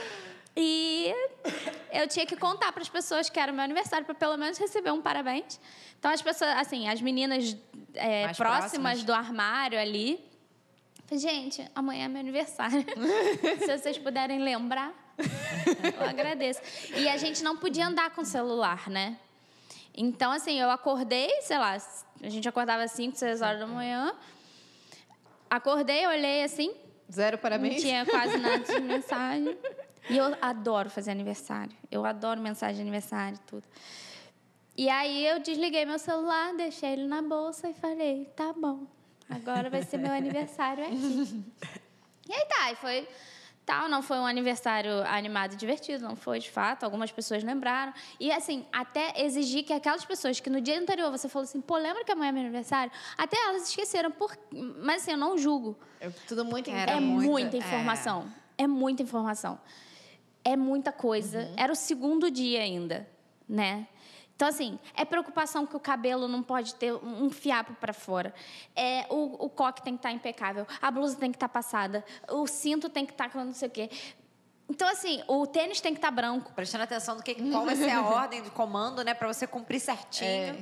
E eu tinha que contar para as pessoas que era o meu aniversário para pelo menos receber um parabéns. Então as pessoas, assim, as meninas próximas do armário ali, falei, gente, amanhã é meu aniversário. Se vocês puderem lembrar, eu agradeço. E a gente não podia andar com o celular, né? Então, assim, eu acordei, sei lá, a gente acordava às 5, 6 horas da manhã. Acordei, olhei assim. 0 parabéns. Não tinha quase nada de mensagem. E eu adoro fazer aniversário. Eu adoro mensagem de aniversário e tudo. E aí eu desliguei meu celular, deixei ele na bolsa e falei, tá bom, agora vai ser meu aniversário aqui. E aí tá, e foi tal, não foi um aniversário animado e divertido, não foi de fato, algumas pessoas lembraram. E assim, até exigir que aquelas pessoas que no dia anterior você falou assim, pô, lembra que amanhã é meu aniversário? Até elas esqueceram, mas assim, eu não julgo. Tudo muito É muita informação. É muita informação. É muita coisa. Uhum. Era o segundo dia ainda, né? Então, assim, é preocupação que o cabelo não pode ter um fiapo para fora. O coque tem que estar impecável. A blusa tem que estar passada. O cinto tem que estar não sei o quê. Então, assim, o tênis tem que estar branco. Prestando atenção qual vai ser a ordem de comando, né? Para você cumprir certinho.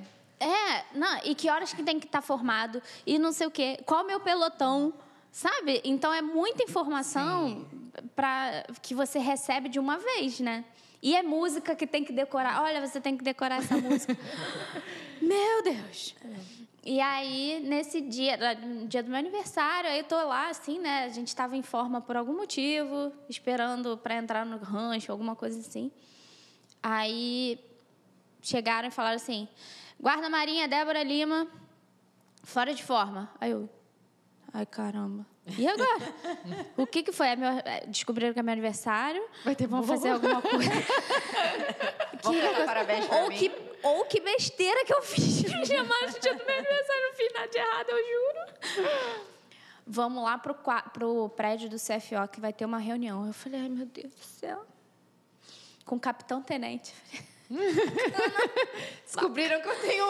E que horas que tem que estar formado. E não sei o quê. Qual o meu pelotão, sabe? Então, é muita informação que você recebe de uma vez, né? E é música que tem que decorar. Olha, você tem que decorar essa música. Meu Deus! E aí, nesse dia, no dia do meu aniversário, aí eu tô lá, assim, né? A gente estava em forma por algum motivo, esperando para entrar no rancho, alguma coisa assim. Aí, chegaram e falaram assim, guarda marinha Débora Lima, fora de forma. Aí eu, ai, caramba. E agora? O que foi? Descobriram que é meu aniversário. Vão fazer alguma coisa. Vão cantar parabéns pra mim. Ou que besteira que eu fiz. Me chamaram no dia do meu aniversário. Não fiz nada de errado, eu juro. Vamos lá pro prédio do CFO, que vai ter uma reunião. Eu falei, ai, meu Deus do céu. Com o capitão tenente. Descobriram que eu tenho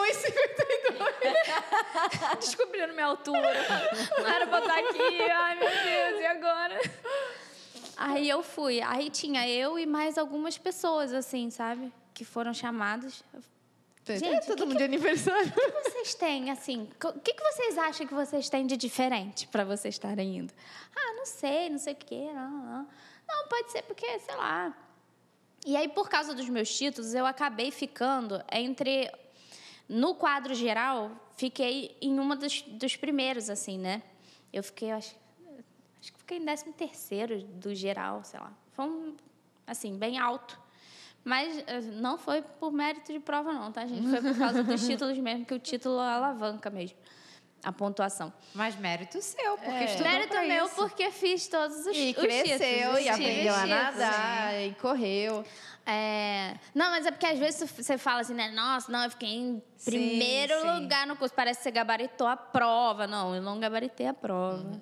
1,52. Descobriram minha altura. Não era pra estar aqui. Ai, meu Deus, e agora? Aí eu fui. Aí tinha eu e mais algumas pessoas, assim, sabe? Que foram chamadas. Gente, todo mundo de aniversário. O que vocês têm, assim? O que vocês acham que vocês têm de diferente para vocês estarem indo? Ah, não sei o quê. Não, pode ser porque, sei lá. E aí, por causa dos meus títulos, eu acabei ficando entre... No quadro geral, fiquei em uma dos primeiros, assim, né? Eu fiquei, eu acho, Acho que fiquei em 13º do geral, sei lá. Foi, assim, bem alto. Mas não foi por mérito de prova, não, tá, gente? Foi por causa dos títulos mesmo, que o título alavanca mesmo a pontuação. Mas mérito seu, porque estudou Mérito pra meu, isso. porque fiz todos os E títulos. cresceu, e aprendeu a Sim. nadar, e correu. Não, mas é porque às vezes você fala assim, né? Nossa, não, eu fiquei em primeiro sim. lugar no curso. Parece que você gabaritou a prova. Não, eu não gabaritei a prova.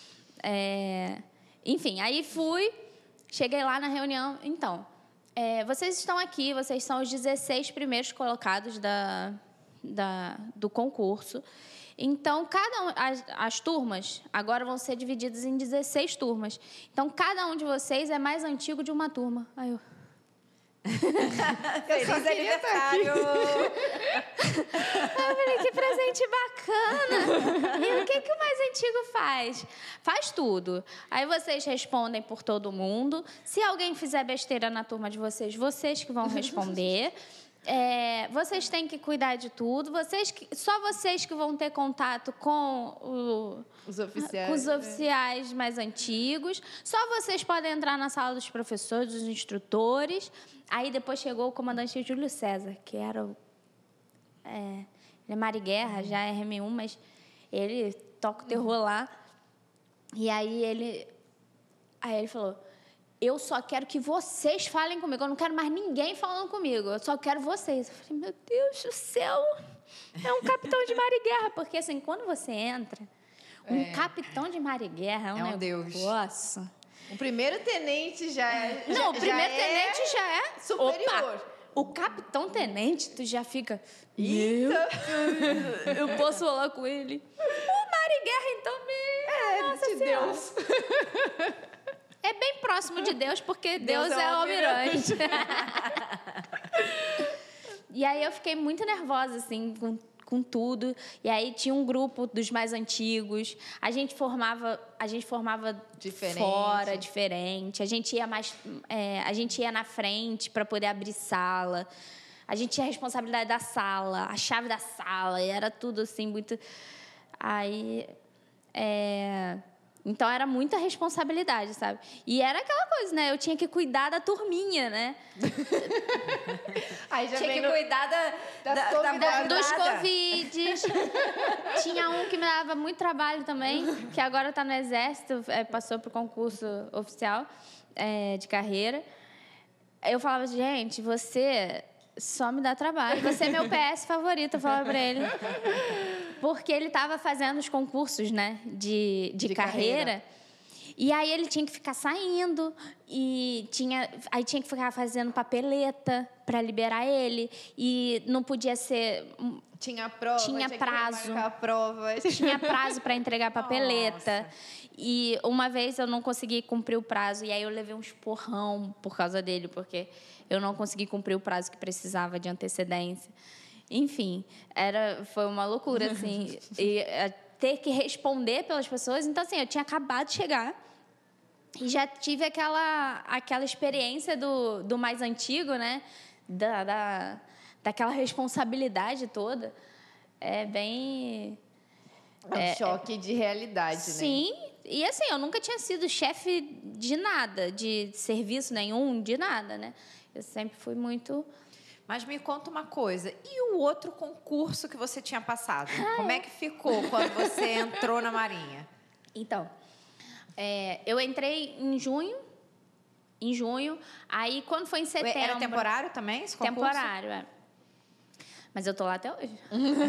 Enfim, aí fui, cheguei lá na reunião. Então, vocês estão aqui, vocês são os 16 primeiros colocados do concurso. Então, as turmas agora vão ser divididas em 16 turmas. Então, cada um de vocês é mais antigo de uma turma. Aí eu... Feliz aniversário! Eu falei, que presente bacana! E o que o mais antigo faz? Faz tudo. Aí vocês respondem por todo mundo. Se alguém fizer besteira na turma de vocês que vão responder. Vocês têm que cuidar de tudo. Só vocês que vão ter contato com Os oficiais. com os oficiais mais antigos. Só vocês podem entrar na sala dos professores, dos instrutores. Aí depois chegou o comandante Júlio César, que era ele é Marighella, já é RM1, mas ele toca o terror lá. E aí ele falou: eu só quero que vocês falem comigo. Eu não quero mais ninguém falando comigo. Eu só quero vocês. Eu falei, meu Deus do céu. É um capitão de Marighella. Porque, assim, quando você entra, um capitão de Marighella é um Deus. negócio. O primeiro tenente já é... Não, o primeiro tenente já é... superior. Opa, o capitão-tenente, tu já fica... Eu posso falar com ele. O Marighella, então, Nossa de Senhora. Deus. É bem próximo de Deus, porque Deus Deus é é o o almirante. E aí eu fiquei muito nervosa, assim, com tudo. E aí tinha um grupo dos mais antigos. A gente formava Diferente. fora, diferente. A gente ia na frente para poder abrir sala. A gente tinha a responsabilidade da sala, a chave da sala. E era tudo, assim, muito... Aí... Então, era muita responsabilidade, sabe? E era aquela coisa, né? Eu tinha que cuidar da turminha, né? Aí já Tinha vem que cuidar Dos Covids. Tinha um que me dava muito trabalho também, que agora está no Exército, passou para o concurso oficial de carreira. Eu falava, gente, você só me dá trabalho. Você é meu PS favorito, eu falava para ele. Porque ele estava fazendo os concursos, né, de carreira. E aí ele tinha que ficar saindo e tinha que ficar fazendo papeleta para liberar ele. E não podia ser... Tinha prova, tinha prazo. Que marcar a prova. Tinha prazo para entregar papeleta. Nossa. E uma vez eu não consegui cumprir o prazo. E aí eu levei um esporrão por causa dele, porque eu não consegui cumprir o prazo que precisava de antecedência. Enfim, foi uma loucura, assim. E ter que responder pelas pessoas. Então, assim, eu tinha acabado de chegar e já tive aquela experiência do mais antigo, né? Daquela responsabilidade toda. É bem... É um choque de realidade, Sim, né? E assim, eu nunca tinha sido chefe de nada, de serviço nenhum, de nada, né? Eu sempre fui muito... Mas me conta uma coisa, e o outro concurso que você tinha passado? Como é que ficou quando você entrou na Marinha? Então, eu entrei em junho, aí quando foi em setembro... Era temporário também esse concurso? Temporário, Mas eu tô lá até hoje.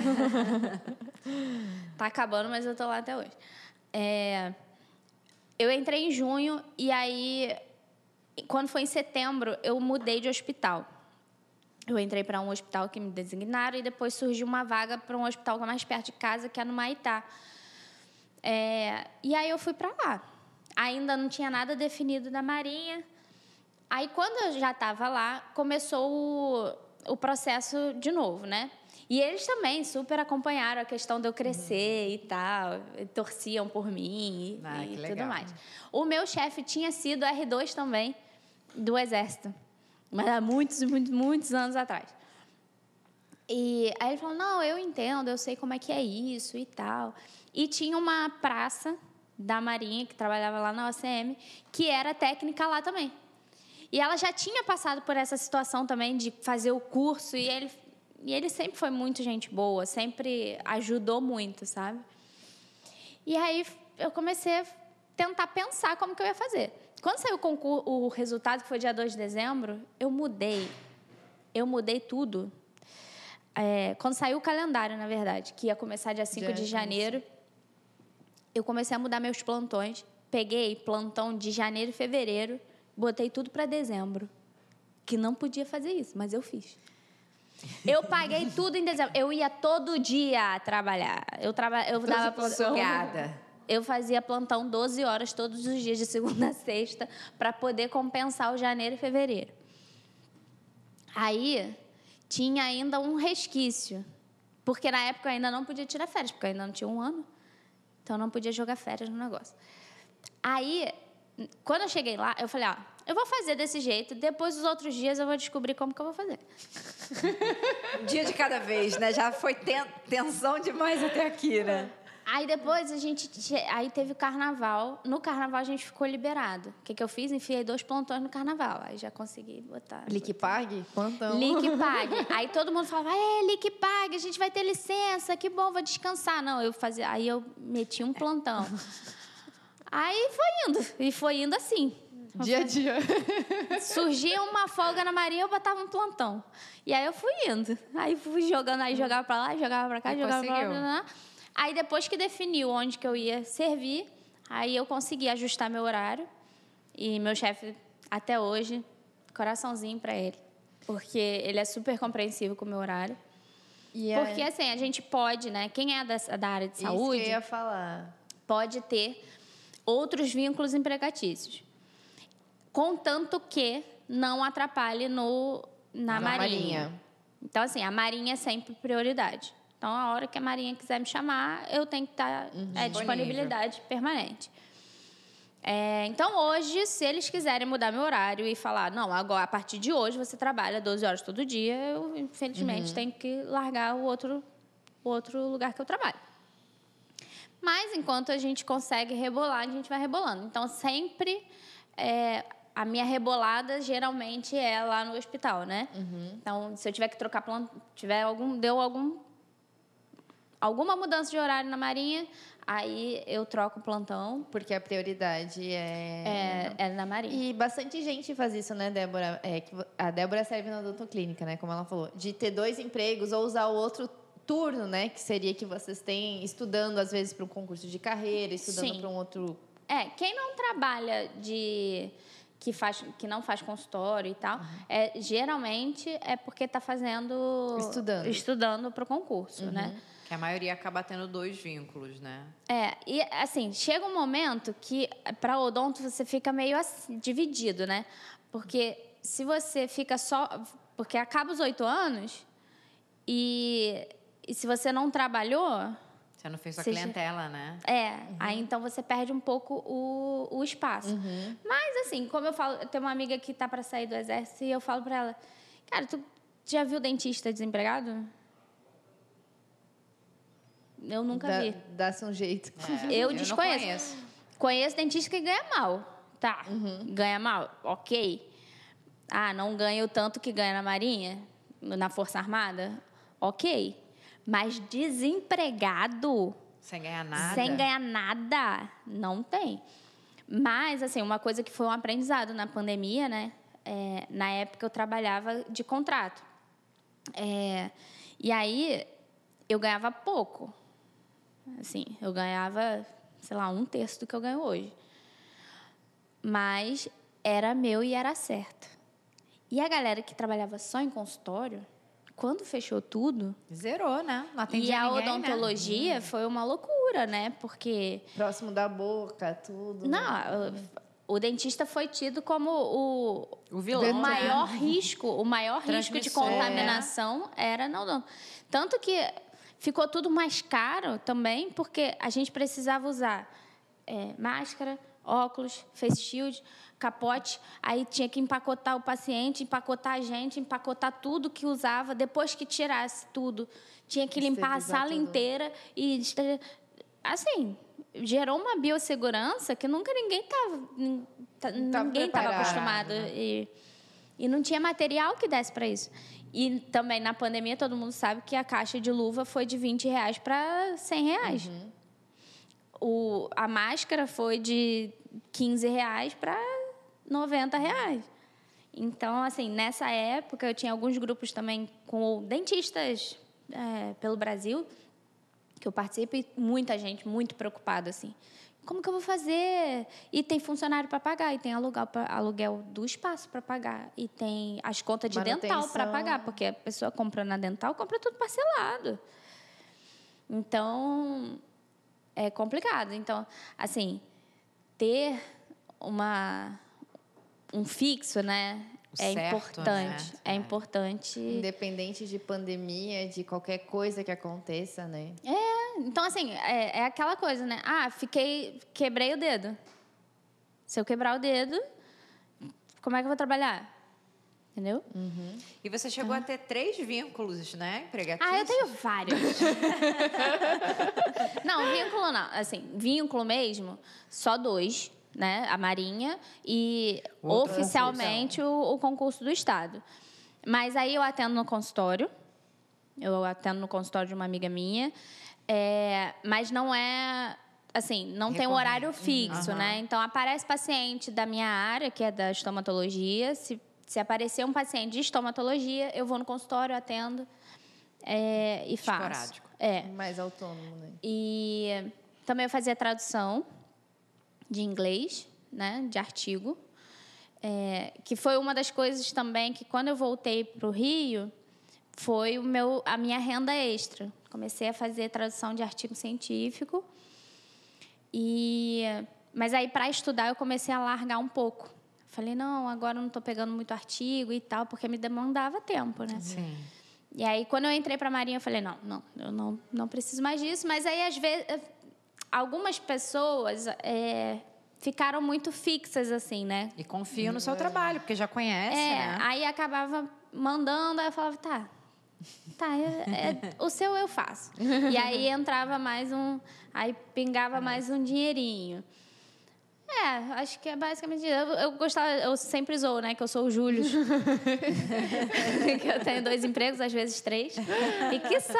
Tá acabando, mas eu tô lá até hoje. Eu entrei em junho e aí, quando foi em setembro, eu mudei de hospital. Eu entrei para um hospital que me designaram e depois surgiu uma vaga para um hospital que é mais perto de casa, que é no Maitá. E aí eu fui para lá. Ainda não tinha nada definido da Marinha. Aí, quando eu já estava lá, começou o processo de novo, né? E eles também super acompanharam a questão de eu crescer e tal, torciam por mim e tudo mais. O meu chefe tinha sido R2 também, do Exército, mas há muitos, muitos, muitos anos atrás. E aí ele falou, não, eu entendo, eu sei como é que é isso e tal. E tinha uma praça da Marinha, que trabalhava lá na OCM, que era técnica lá também. E ela já tinha passado por essa situação também de fazer o curso, e ele sempre foi muito gente boa, sempre ajudou muito, sabe? E aí eu comecei a tentar pensar como que eu ia fazer. Quando saiu o resultado, que foi dia 2 de dezembro, eu mudei tudo. Quando saiu o calendário, na verdade, que ia começar dia 5 de janeiro, eu comecei a mudar meus plantões. Peguei plantão de janeiro e fevereiro, botei tudo para dezembro. Que não podia fazer isso, mas eu fiz. Eu paguei tudo em dezembro. Eu ia todo dia trabalhar. Eu dava plantão. Eu fazia plantão 12 horas todos os dias, de segunda a sexta, para poder compensar o janeiro e fevereiro. Aí, tinha ainda um resquício. Porque na época eu ainda não podia tirar férias, porque eu ainda não tinha 1 ano. Então, eu não podia jogar férias no negócio. Aí, quando eu cheguei lá, eu falei, eu vou fazer desse jeito, depois dos outros dias eu vou descobrir como que eu vou fazer. Um dia de cada vez, né? Já foi tensão demais até aqui, né? Aí depois aí teve o carnaval. No carnaval a gente ficou liberado. O que eu fiz? Enfiei 2 plantões no carnaval. Aí já consegui botar. Liquipag? Plantão. Liquipag. Aí todo mundo falava, Liquipag, a gente vai ter licença, que bom, vou descansar. Não, aí eu meti um plantão. Aí foi indo. E foi indo assim. Dia a dia. Surgia uma folga na Marinha, eu botava um plantão. E aí eu fui indo. Aí fui jogando, aí jogava pra lá, jogava pra cá, jogava pra lá. Aí depois que definiu onde que eu ia servir, aí eu consegui ajustar meu horário. E meu chefe, até hoje, coraçãozinho pra ele. Porque ele é super compreensivo com o meu horário. Porque assim, a gente pode, né? Quem é da área de saúde... Isso que eu ia falar. Pode ter outros vínculos empregatícios. Contanto que não atrapalhe na Marinha. Então, assim, a Marinha é sempre prioridade. Então, a hora que a Marinha quiser me chamar, eu tenho que estar disponibilidade permanente. Então, hoje, se eles quiserem mudar meu horário e falar, não, agora, a partir de hoje, você trabalha 12 horas todo dia, eu, infelizmente, tenho que largar o outro lugar que eu trabalho. Mas, enquanto a gente consegue rebolar, a gente vai rebolando. Então, sempre... a minha rebolada, geralmente, é lá no hospital, né? Então, se eu tiver que trocar plantão, deu alguma mudança de horário na Marinha, aí eu troco o plantão. Porque a prioridade é na Marinha. E bastante gente faz isso, né, Débora? A Débora serve na odontoclínica, né, como ela falou. De ter 2 empregos ou usar o outro turno, né? Que seria que vocês têm estudando, às vezes, para um concurso de carreira, estudando para um outro... Quem não trabalha que não faz consultório e tal, geralmente é porque está fazendo... Estudando para o concurso, né? Que a maioria acaba tendo 2 vínculos, né? E assim, chega um momento que para odonto você fica meio assim, dividido, né? Porque se você fica só... Porque acaba os 8 anos e se você não trabalhou... Você não fez sua clientela, né? Aí então você perde um pouco o espaço. Mas assim, como eu falo, eu tenho uma amiga que tá para sair do exército e eu falo para ela, cara, tu já viu dentista desempregado? Eu nunca vi. Dá-se um jeito. Eu desconheço. Conheço dentista que ganha mal. Tá, ganha mal, ok. Não ganha o tanto que ganha na Marinha, na Força Armada, ok. Mas desempregado... Sem ganhar nada? Sem ganhar nada, não tem. Mas, assim, uma coisa que foi um aprendizado na pandemia, né? Na época, eu trabalhava de contrato. E aí, eu ganhava pouco. Assim, eu ganhava, sei lá, 1/3 do que eu ganho hoje. Mas era meu e era certo. E a galera que trabalhava só em consultório... Quando fechou tudo... Zerou, né? Não atendia ninguém. E a ninguém, odontologia foi uma loucura, né? Porque... Próximo da boca, tudo. Não, o dentista foi tido como o vilão, o maior risco. O maior risco de contaminação era na odonto. Tanto que ficou tudo mais caro também, porque a gente precisava usar máscara, óculos, face shield... capote, aí tinha que empacotar o paciente, empacotar a gente, empacotar tudo que usava. Depois que tirasse tudo, tinha que limpar a sala inteira e assim, gerou uma biossegurança que nunca ninguém estava acostumado. E não tinha material que desse para isso. E também, na pandemia, todo mundo sabe que a caixa de luva foi de R$20 para R$100. A máscara foi de R$15 para R$90. Então, assim, nessa época, eu tinha alguns grupos também com dentistas pelo Brasil, que eu participo, e muita gente muito preocupada, assim. Como que eu vou fazer? E tem funcionário para pagar, e tem aluguel do espaço para pagar, e tem as contas de dental para pagar, porque a pessoa compra na dental, compra tudo parcelado. Então, é complicado. Então, assim, ter um fixo, né? É certo, importante. Né? É importante. Independente de pandemia, de qualquer coisa que aconteça, né? Então, assim, é aquela coisa, né? Quebrei o dedo. Se eu quebrar o dedo, como é que eu vou trabalhar? Entendeu? E você chegou a ter 3 vínculos, né, empregatícios? Eu tenho vários. Não, vínculo não. Assim, vínculo mesmo, só 2, né? A Marinha e oficialmente o concurso do Estado. Mas aí eu atendo no consultório. Eu atendo no consultório de uma amiga minha. Mas não é... Assim, não tem um horário fixo, né? Então, aparece paciente da minha área, que é da estomatologia. Se aparecer um paciente de estomatologia, eu vou no consultório, atendo e faço. Esporádico. Mais autônomo, né? E também eu fazia tradução de inglês, né? De artigo. Que foi uma das coisas também que, quando eu voltei para o Rio, foi a minha renda extra. Comecei a fazer tradução de artigo científico. Mas aí, para estudar, eu comecei a largar um pouco. Falei, não, agora eu não estou pegando muito artigo e tal, porque me demandava tempo, né? Sim. E aí, quando eu entrei para a Marinha, eu falei, não, eu não preciso mais disso. Mas aí, às vezes, algumas pessoas ficaram muito fixas, assim, né? E confiam no seu trabalho, porque já conhece, né? Aí acabava mandando, aí eu falava, tá, o seu eu faço. E aí entrava mais aí pingava mais um dinheirinho. Acho que é basicamente isso. Eu sempre zoo, né? Que eu sou o Júlio. Que eu tenho 2 empregos, às vezes 3. E quiçá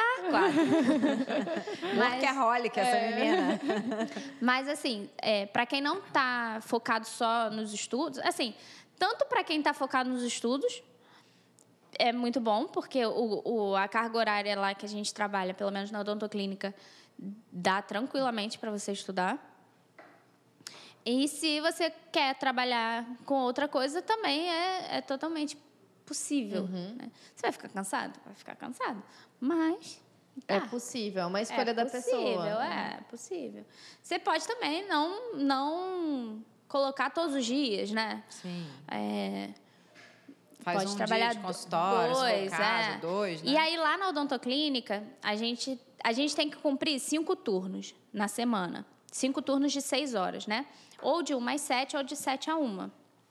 4. Workaholic, essa menina. Mas, assim, para quem não está focado só nos estudos... Assim, tanto para quem está focado nos estudos, é muito bom, porque a carga horária lá que a gente trabalha, pelo menos na odontoclínica, dá tranquilamente para você estudar. E se você quer trabalhar com outra coisa, também é totalmente possível. Né? Você vai ficar cansado? Vai ficar cansado. Mas... É possível, é uma escolha da pessoa. É possível. Você pode também não colocar todos os dias, né? Sim. Pode trabalhar dia de consultório, 2, casa, 2, né? E aí, lá na odontoclínica, a gente tem que cumprir 5 turnos na semana. 5 turnos de 6 horas, né? Ou de 1 às 7 ou de 7 a 1.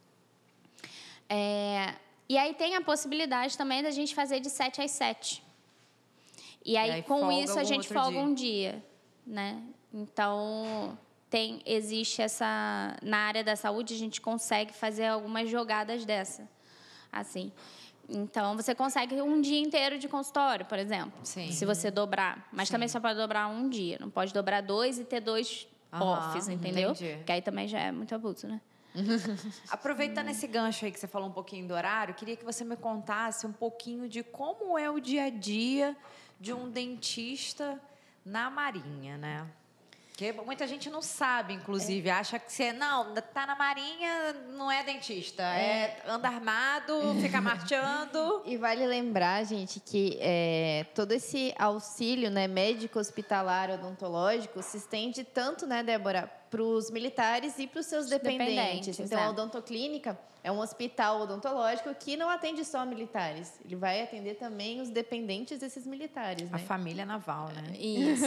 E aí tem a possibilidade também da gente fazer de 7 às 7. E aí com isso, a gente folga um dia, né? Então, existe na área da saúde, a gente consegue fazer algumas jogadas dessa. Assim. Então, você consegue um dia inteiro de consultório, por exemplo. Sim. Se você dobrar. Mas também só pode dobrar um dia. Não pode dobrar 2 e ter 2 offs, entendeu? Entendi. Porque aí também já é muito abuso, né? Aproveitando esse gancho aí que você falou um pouquinho do horário, queria que você me contasse um pouquinho de como é o dia a dia de um dentista na Marinha, né? Porque muita gente não sabe, inclusive, acha que você tá na Marinha, não é dentista, anda armado, fica marchando. E vale lembrar, gente, que todo esse auxílio, né, médico, hospitalar, odontológico, se estende tanto, né, Débora, para os militares e para os seus dependentes. Então, a odontoclínica é um hospital odontológico que não atende só militares. Ele vai atender também os dependentes desses militares, né? A família naval, né? Isso.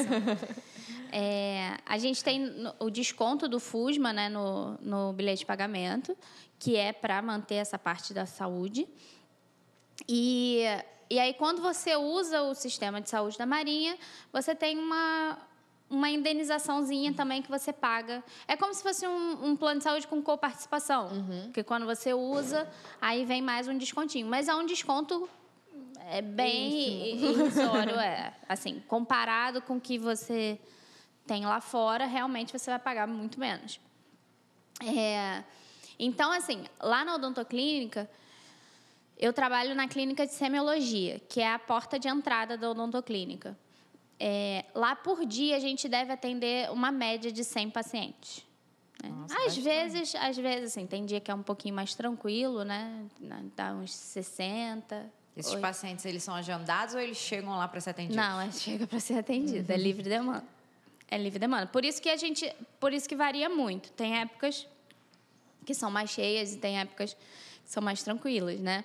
A gente tem o desconto do FUSMA, né, no bilhete de pagamento, que é para manter essa parte da saúde. E aí, quando você usa o sistema de saúde da Marinha, você tem uma indenizaçãozinha também que você paga. É como se fosse um plano de saúde com coparticipação. Porque quando você usa, aí vem mais um descontinho. Mas é um desconto bem irrisório. Assim, comparado com o que você tem lá fora, realmente você vai pagar muito menos. Então, assim, lá na odontoclínica, eu trabalho na clínica de semiologia, que é a porta de entrada da odontoclínica. Lá por dia a gente deve atender uma média de 100 pacientes. Nossa, às vezes, assim, tem dia que é um pouquinho mais tranquilo, né? Dá uns 60. Esses pacientes, eles são agendados ou eles chegam lá para ser atendidos? Não, chega para ser atendido, é livre demanda. É livre demanda. Por isso que varia muito. Tem épocas que são mais cheias e tem épocas que são mais tranquilas, né?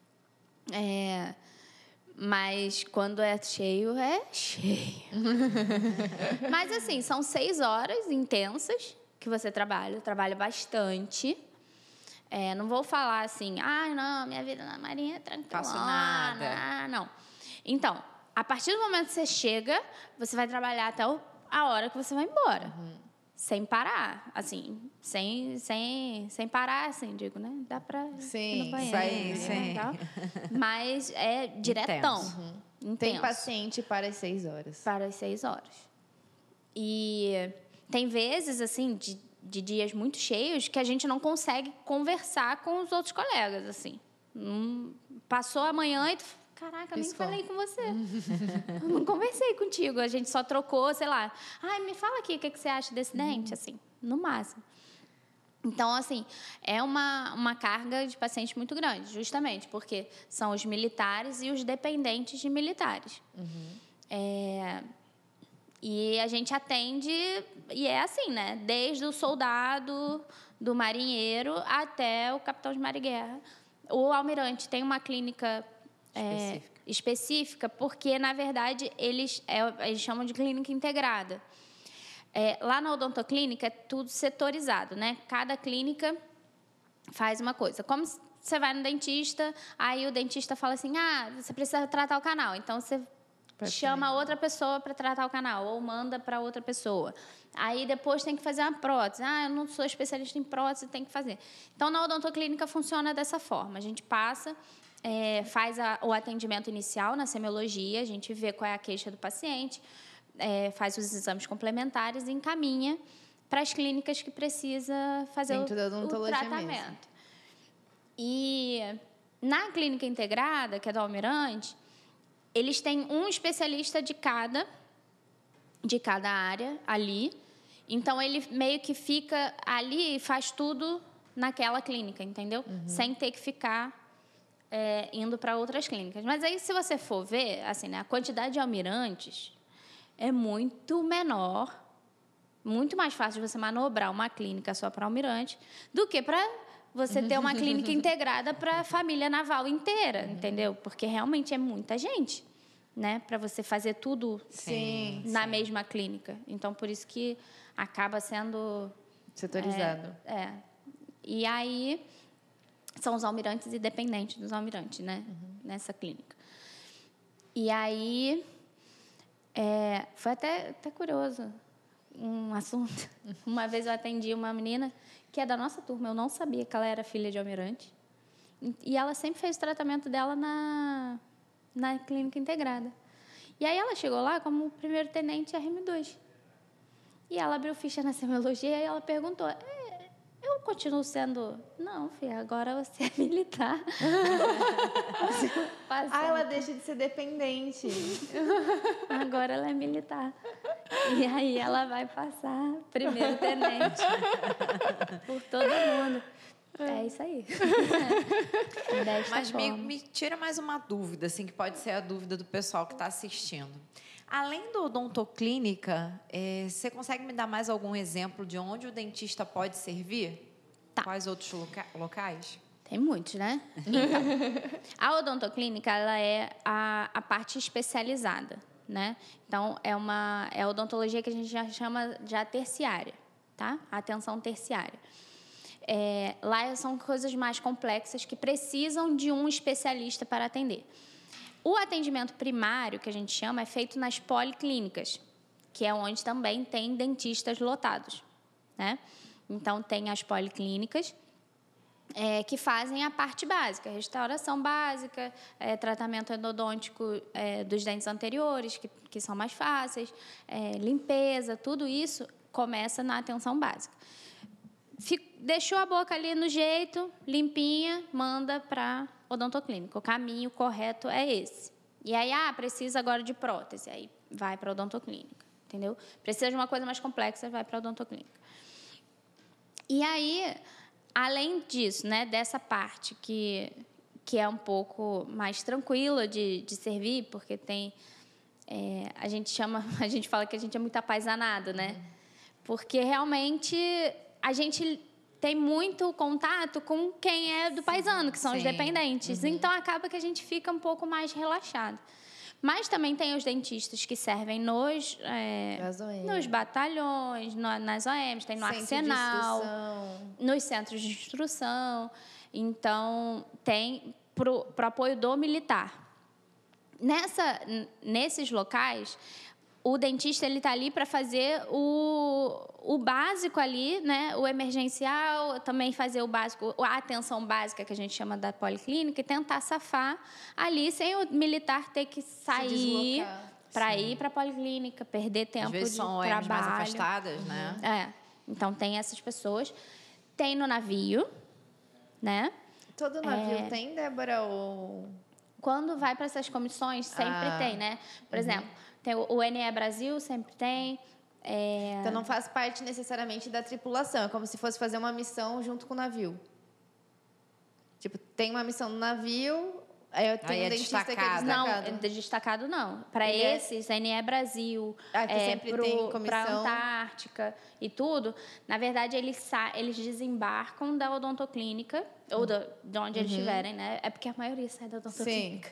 Mas quando é cheio, é cheio. Mas, assim, são 6 horas intensas que você trabalha bastante. Não vou falar assim, não, minha vida na Marinha é tranquila. Faço nada. Não. Então, a partir do momento que você chega, você vai trabalhar até a hora que você vai embora. Sem parar, assim, sem parar, assim, digo, né? Dá pra ir no banheiro, sim. Tal. Mas é diretão. Intenso. Tem paciente para as 6 horas. Para as 6 horas. E tem vezes, assim, de dias muito cheios que a gente não consegue conversar com os outros colegas, assim. Passou a manhã e tu... Caraca, eu nem falei com você. Eu não conversei contigo. A gente só trocou, sei lá. Me fala aqui o que você acha desse dente, assim, no máximo. Então, assim, é uma carga de pacientes muito grande, justamente porque são os militares e os dependentes de militares. E a gente atende, e é assim, né? Desde o soldado, do marinheiro, até o capitão de mar e guerra. O almirante tem uma clínica... específica, porque, na verdade, eles chamam de clínica integrada. Lá na odontoclínica é tudo setorizado, né? Cada clínica faz uma coisa. Como você vai no dentista, aí o dentista fala assim, você precisa tratar o canal. Então, você chama outra pessoa para tratar o canal, ou manda para outra pessoa. Aí, depois, tem que fazer uma prótese. Eu não sou especialista em prótese, tem que fazer. Então, na odontoclínica funciona dessa forma. A gente passa... faz o atendimento inicial na semiologia, a gente vê qual é a queixa do paciente, faz os exames complementares e encaminha para as clínicas que precisa fazer o tratamento. Mesmo. E na clínica integrada, que é do Almirante, eles têm um especialista de cada área ali. Então, ele meio que fica ali e faz tudo naquela clínica, entendeu? Sem ter que ficar... indo para outras clínicas. Mas aí, se você for ver, assim, né, a quantidade de almirantes é muito menor, muito mais fácil de você manobrar uma clínica só para almirante do que para você ter uma clínica integrada para a família naval inteira, entendeu? Porque realmente é muita gente, né, para você fazer tudo na mesma clínica. Então, por isso que acaba sendo... setorizado. E aí... são os almirantes e dependentes dos almirantes, né? Nessa clínica. E aí, foi até curioso um assunto. Uma vez eu atendi uma menina que é da nossa turma, eu não sabia que ela era filha de almirante. E ela sempre fez o tratamento dela na clínica integrada. E aí ela chegou lá como primeiro tenente RM2. E ela abriu ficha na semiologia e ela perguntou... eu continuo sendo... Não, filha, agora você é militar. Ela deixa de ser dependente. Agora ela é militar. E aí ela vai passar primeiro tenente por todo mundo. É isso aí. Mas me tira mais uma dúvida, assim, que pode ser a dúvida do pessoal que está assistindo. Além do odontoclínica, você consegue me dar mais algum exemplo de onde o dentista pode servir? Tá. Quais outros locais? Tem muitos, né? Então, a odontoclínica, ela é a parte especializada, né? Então, é a odontologia que a gente já chama já terciária, tá? A atenção terciária. Lá são coisas mais complexas que precisam de um especialista para atender. O atendimento primário, que a gente chama, é feito nas policlínicas, que é onde também tem dentistas lotados, né? Então, tem as policlínicas, que fazem a parte básica, restauração básica, tratamento endodôntico dos dentes anteriores, que são mais fáceis, limpeza, tudo isso começa na atenção básica. Deixou a boca ali no jeito, limpinha, manda para odontoclínica. O caminho correto é esse. E aí, precisa agora de prótese, aí vai para odontoclínica, entendeu? Precisa de uma coisa mais complexa, vai para odontoclínica. E aí, além disso, né, dessa parte que é um pouco mais tranquila de servir, porque tem... a gente fala que a gente é muito apaixonado, né? Porque realmente a gente tem muito contato com quem é do paisano, que são os dependentes. Então, acaba que a gente fica um pouco mais relaxado. Mas também tem os dentistas que servem nos batalhões, nas OMs, tem no Arsenal, nos centros de instrução. Então, tem para o apoio do militar. Nesses locais, o dentista está ali para fazer o básico ali, né? O emergencial, também fazer o básico, a atenção básica, que a gente chama da policlínica, e tentar safar ali, sem o militar ter que sair para ir para a policlínica, perder tempo de trabalho. Às vezes são OMs mais afastadas, né? Então, tem essas pessoas. Tem no navio, né? Todo navio tem, Débora? Quando vai para essas comissões, sempre tem, né? Por exemplo, tem o NE Brasil, sempre tem. Então, não faz parte necessariamente da tripulação. É como se fosse fazer uma missão junto com o navio. Tipo, tem uma missão no navio, aí tem um dentista que é destacado. Não, destacado não. Para esses, NE Brasil, que sempre tem comissão. Para Antártica e tudo, na verdade, eles desembarcam da odontoclínica, ou de onde eles estiverem, né? É porque a maioria sai da odontoclínica.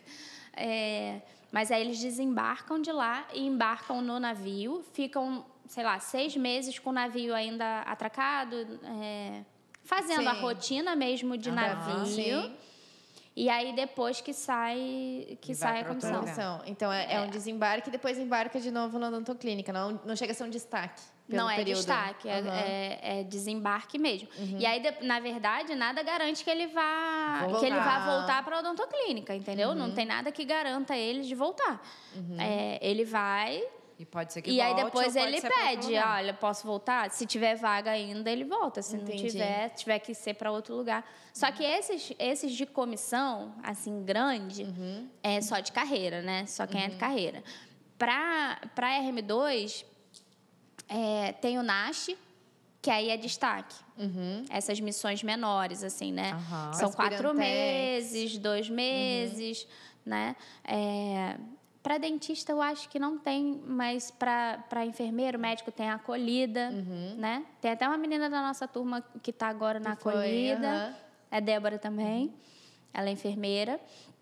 Mas aí eles desembarcam de lá e embarcam no navio, ficam, 6 meses com o navio ainda atracado, fazendo a rotina mesmo de navio. E aí, depois que sai a comissão. Então, é um desembarque e depois embarca de novo na odontoclínica. Não chega a ser um destaque. Não é destaque, é desembarque mesmo. E aí, na verdade, nada garante que ele vá voltar para a odontoclínica, entendeu? Não tem nada que garanta ele de voltar. Ele vai... E pode ser que volte, aí depois ele pede, olha, posso voltar? Se tiver vaga ainda, ele volta. Se não tiver que ser para outro lugar. Só que esses de comissão, assim, grande, é só de carreira, né? Só quem é de carreira. Para RM2, tem o NASH, que aí é destaque. Essas missões menores, assim, né? São 4 meses, 2 meses, né? Para dentista, eu acho que não tem, mas para enfermeiro, médico tem a acolhida, né? Tem até uma menina da nossa turma que está agora na acolhida. É Débora também. Ela é enfermeira.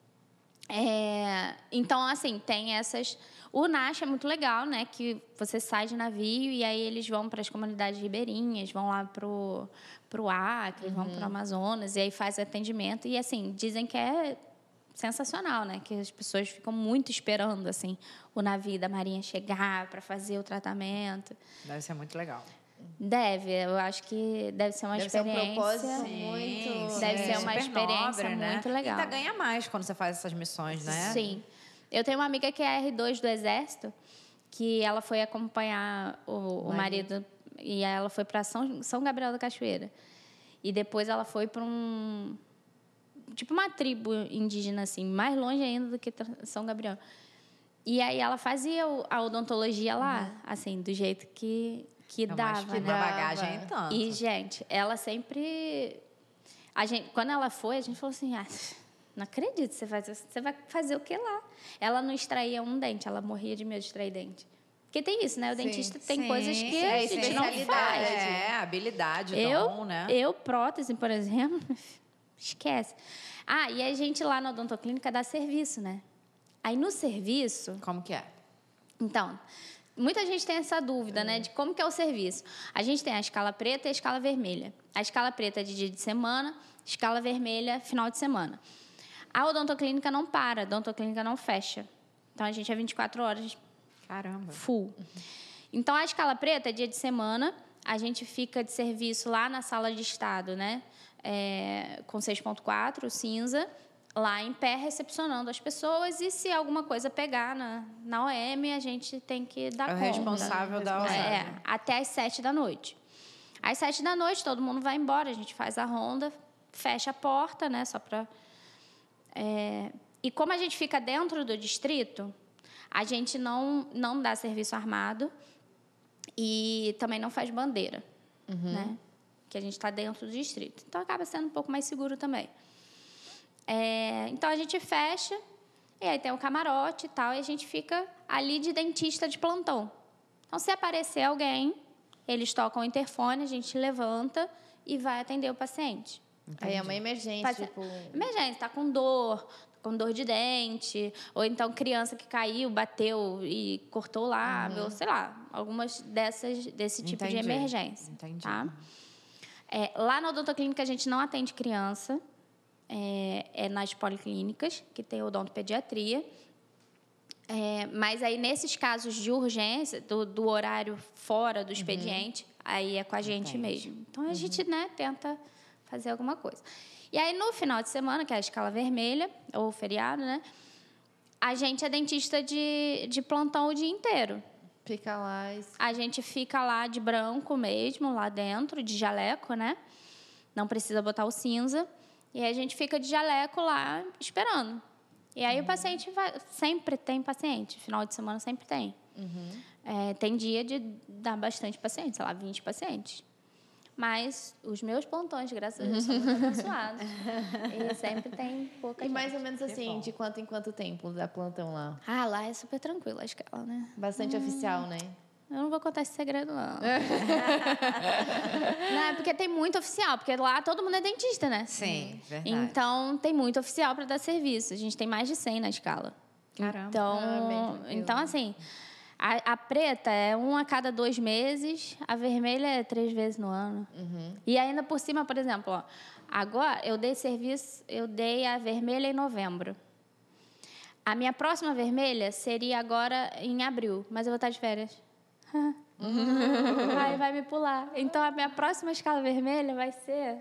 Então, assim, tem essas... O NASH é muito legal, né? Que você sai de navio e aí eles vão para as comunidades ribeirinhas, vão lá pro Acre, vão para o Amazonas, e aí faz atendimento. E, assim, dizem que é sensacional, né? Que as pessoas ficam muito esperando, assim, o navio da Marinha chegar para fazer o tratamento. Deve ser muito legal. Eu acho que deve ser uma experiência. Ser um propósito muito. Deve ser uma experiência nobre, muito legal. E ainda ganha mais quando você faz essas missões, né? Sim. Eu tenho uma amiga que é R2 do Exército, que ela foi acompanhar o marido, e ela foi para São Gabriel da Cachoeira. E depois ela foi para tipo uma tribo indígena, assim, mais longe ainda do que São Gabriel. E aí ela fazia a odontologia lá, assim, do jeito que dava, né? Uma bagagem tanto. E, gente, ela sempre... quando ela foi, a gente falou assim, não acredito, você vai fazer o que lá? Ela não extraía um dente, ela morria de medo de extrair dente. Porque tem isso, né? O dentista tem coisas que a gente não faz. Habilidade, dom, né? Prótese, por exemplo, esquece. E a gente lá na odontoclínica dá serviço, né? Aí no serviço... Como que é? Então, muita gente tem essa dúvida, né? De como que é o serviço. A gente tem a escala preta e a escala vermelha. A escala preta é de dia de semana, escala vermelha, final de semana. A odontoclínica não para, a odontoclínica não fecha. Então, a gente é 24 horas. Caramba. Full. Então, a escala preta é dia de semana, a gente fica de serviço lá na sala de estado, né? Com 6.4, cinza, lá em pé, recepcionando as pessoas. E se alguma coisa pegar na OM, a gente tem que dar conta. É o responsável da OM. Até às 7h. Às 7h, todo mundo vai embora, a gente faz a ronda, fecha a porta, né? Só para... E como a gente fica dentro do distrito, a gente não dá serviço armado e também não faz bandeira, né? Que a gente está dentro do distrito. Então, acaba sendo um pouco mais seguro também. Então, a gente fecha, e aí tem um camarote e tal, e a gente fica ali de dentista de plantão. Então, se aparecer alguém, eles tocam o interfone, a gente levanta e vai atender o paciente. Entendi. Aí é uma emergência, tipo... Emergência, está com dor de dente, ou então criança que caiu, bateu e cortou o lábio, sei lá, algumas desse tipo de emergência. Entendi. Tá? Lá na odontoclínica a gente não atende criança, nas policlínicas, que tem odontopediatria. Mas aí, nesses casos de urgência, do horário fora do expediente, aí é com a gente mesmo. Então, a gente, né, tenta fazer alguma coisa. E aí, no final de semana, que é a escala vermelha, ou feriado, né? A gente é dentista de plantão o dia inteiro. Fica lá... A gente fica lá de branco mesmo, lá dentro, de jaleco, né? Não precisa botar o cinza. E aí, a gente fica de jaleco lá, esperando. E aí, o paciente vai... Sempre tem paciente. Final de semana, sempre tem. Tem dia de dar bastante paciente, sei lá, 20 pacientes. Mas os meus plantões, graças a Deus, são muito abençoados. E sempre tem pouca gente. E mais ou menos assim, de quanto em quanto tempo dá plantão lá? Lá é super tranquilo a escala, né? Bastante oficial, né? Eu não vou contar esse segredo, não. Não, é porque tem muito oficial. Porque lá todo mundo é dentista, né? Sim, verdade. Então, tem muito oficial para dar serviço. A gente tem mais de 100 na escala. Caramba. Então assim... A preta é 1 a cada 2 meses, a vermelha é 3 vezes no ano. E ainda por cima, por exemplo, agora eu dei a vermelha em novembro. A minha próxima vermelha seria agora em abril, mas eu vou estar de férias. Vai me pular. Então, a minha próxima escala vermelha vai ser...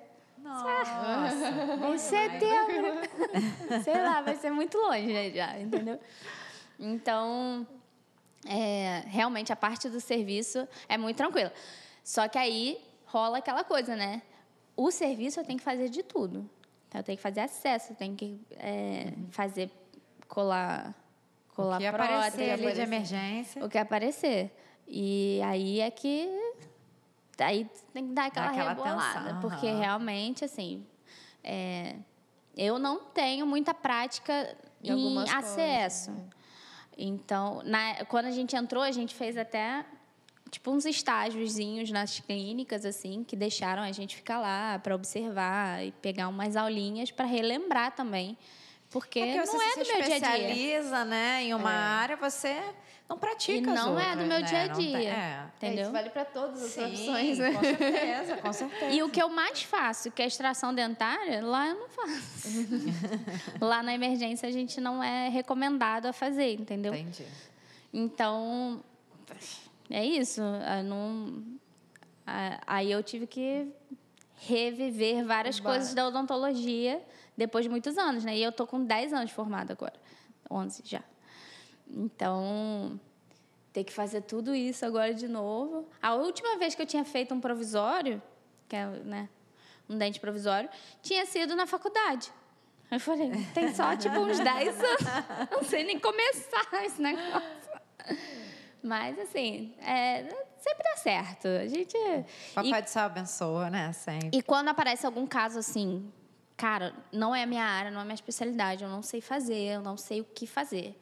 em setembro. Sei lá, vai ser muito longe, né, já, entendeu? Então... realmente a parte do serviço é muito tranquila. Só que aí rola aquela coisa, né? O serviço eu tenho que fazer de tudo. Então, eu tenho que fazer acesso, eu tenho que fazer colar o que prótese. Ali de emergência. O que aparecer. E aí é que... Aí tem que dar aquela rebolada. Atenção, porque realmente, assim... eu não tenho muita prática em acesso. Então, quando a gente entrou, a gente fez até tipo uns estágiozinhos nas clínicas, assim, que deixaram a gente ficar lá para observar e pegar umas aulinhas para relembrar também. Porque não é do meu dia a dia. Você se especializa, né, em uma área, você não pratica as outras, é do meu dia a dia, entendeu? Isso vale para todas as profissões, né? Com certeza. E o que eu mais faço, que é a extração dentária, lá eu não faço. Lá na emergência a gente não é recomendado a fazer, entendeu? Entendi. Então, é isso. Aí eu tive que reviver várias coisas da odontologia depois de muitos anos, né? E eu tô com 10 anos formada agora. 11 já. Então, ter que fazer tudo isso agora de novo. A última vez que eu tinha feito um provisório, que é, né, um dente provisório, tinha sido na faculdade. Eu falei, tem só tipo uns 10 anos. Não sei nem começar esse negócio. Mas, assim, sempre dá certo. A gente... Papai do céu abençoa, né? Sempre. E quando aparece algum caso assim, cara, não é a minha área, não é a minha especialidade, eu não sei fazer, eu não sei o que fazer.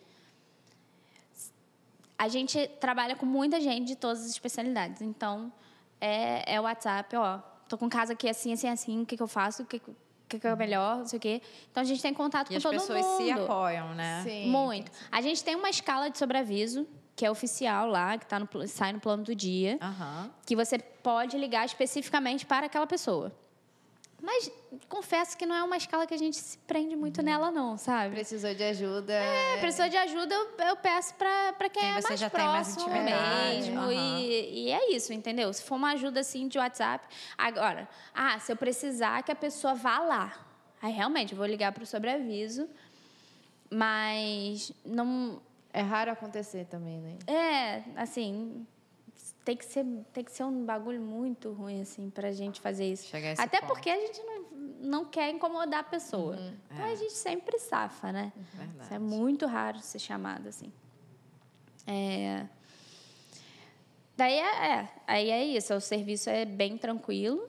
A gente trabalha com muita gente de todas as especialidades. Então, é o WhatsApp, tô com um caso aqui assim, assim, assim, o que eu faço, o que é melhor, não sei o quê. Então, a gente tem contato com todo mundo. E as pessoas se apoiam, né? Sim. Muito. A gente tem uma escala de sobreaviso, que é oficial lá, que sai no plano do dia, que você pode ligar especificamente para aquela pessoa. Mas confesso que não é uma escala que a gente se prende muito nela, não, sabe? Precisou de ajuda. Precisou de ajuda, eu peço para quem é mais já tem mais próximo intimidade. mesmo. E é isso, entendeu? Se for uma ajuda assim de WhatsApp. Agora, se eu precisar que a pessoa vá lá. Aí realmente eu vou ligar para o sobreaviso, mas não. É raro acontecer também, né? Assim, tem que ser um bagulho muito ruim, assim, pra gente fazer isso. Chegar a esse Até ponto. porque a gente não quer incomodar a pessoa. Então, a gente sempre safa, né? Verdade. Isso é muito raro ser chamado, assim. Daí, aí é isso. O serviço é bem tranquilo.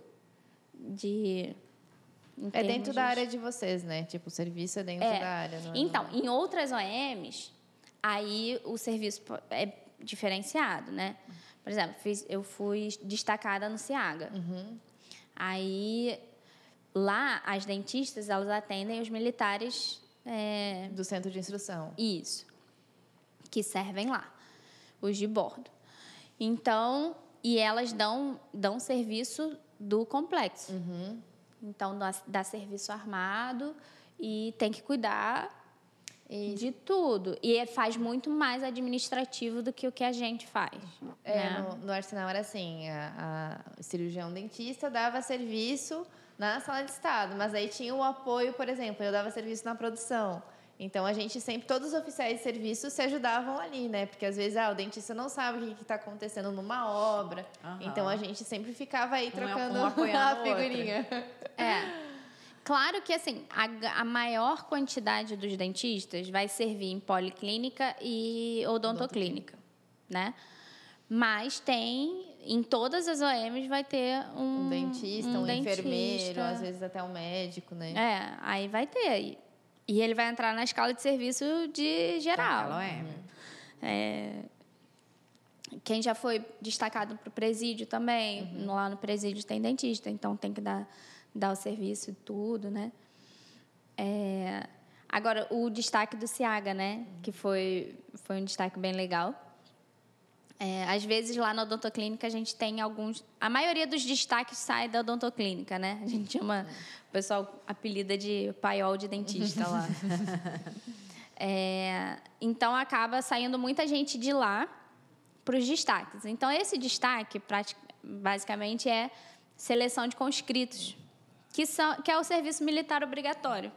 É dentro da área de vocês, né? Tipo, o serviço é dentro da área. Não é? Então, em outras OMs, aí o serviço é diferenciado, né? Por exemplo, eu fui destacada no Ciaga. Aí, lá, as dentistas, elas atendem os militares... Do centro de instrução. Isso. Que servem lá, os de bordo. Então, e elas dão serviço do complexo. Então, dá serviço armado e tem que cuidar de tudo. E faz muito mais administrativo do que o que a gente faz. Né? No Arsenal era assim, o cirurgião dentista dava serviço na sala de estado, mas aí tinha o apoio, por exemplo, eu dava serviço na produção. Então, a gente sempre, todos os oficiais de serviço se ajudavam ali, né? Porque, às vezes, o dentista não sabe o que está acontecendo numa obra. Então, a gente sempre ficava aí trocando a figurinha. Claro que, assim, a maior quantidade dos dentistas vai servir em policlínica e odontoclínica, né? Mas em todas as OMs vai ter um dentista, um enfermeiro, às vezes até um médico, né? Aí vai ter. E ele vai entrar na escala de serviço de geral. Quem já foi destacado para o presídio também, lá no presídio tem dentista, então tem que dar o serviço e tudo, né? Agora, o destaque do Ciaga, né? Que foi um destaque bem legal. Às vezes, lá na odontoclínica, a gente tem alguns... A maioria dos destaques sai da odontoclínica, né? A gente chama... O pessoal apelida de paiol de dentista lá. Então, acaba saindo muita gente de lá para os destaques. Então, esse destaque, basicamente, é seleção de conscritos, que é o serviço militar obrigatório.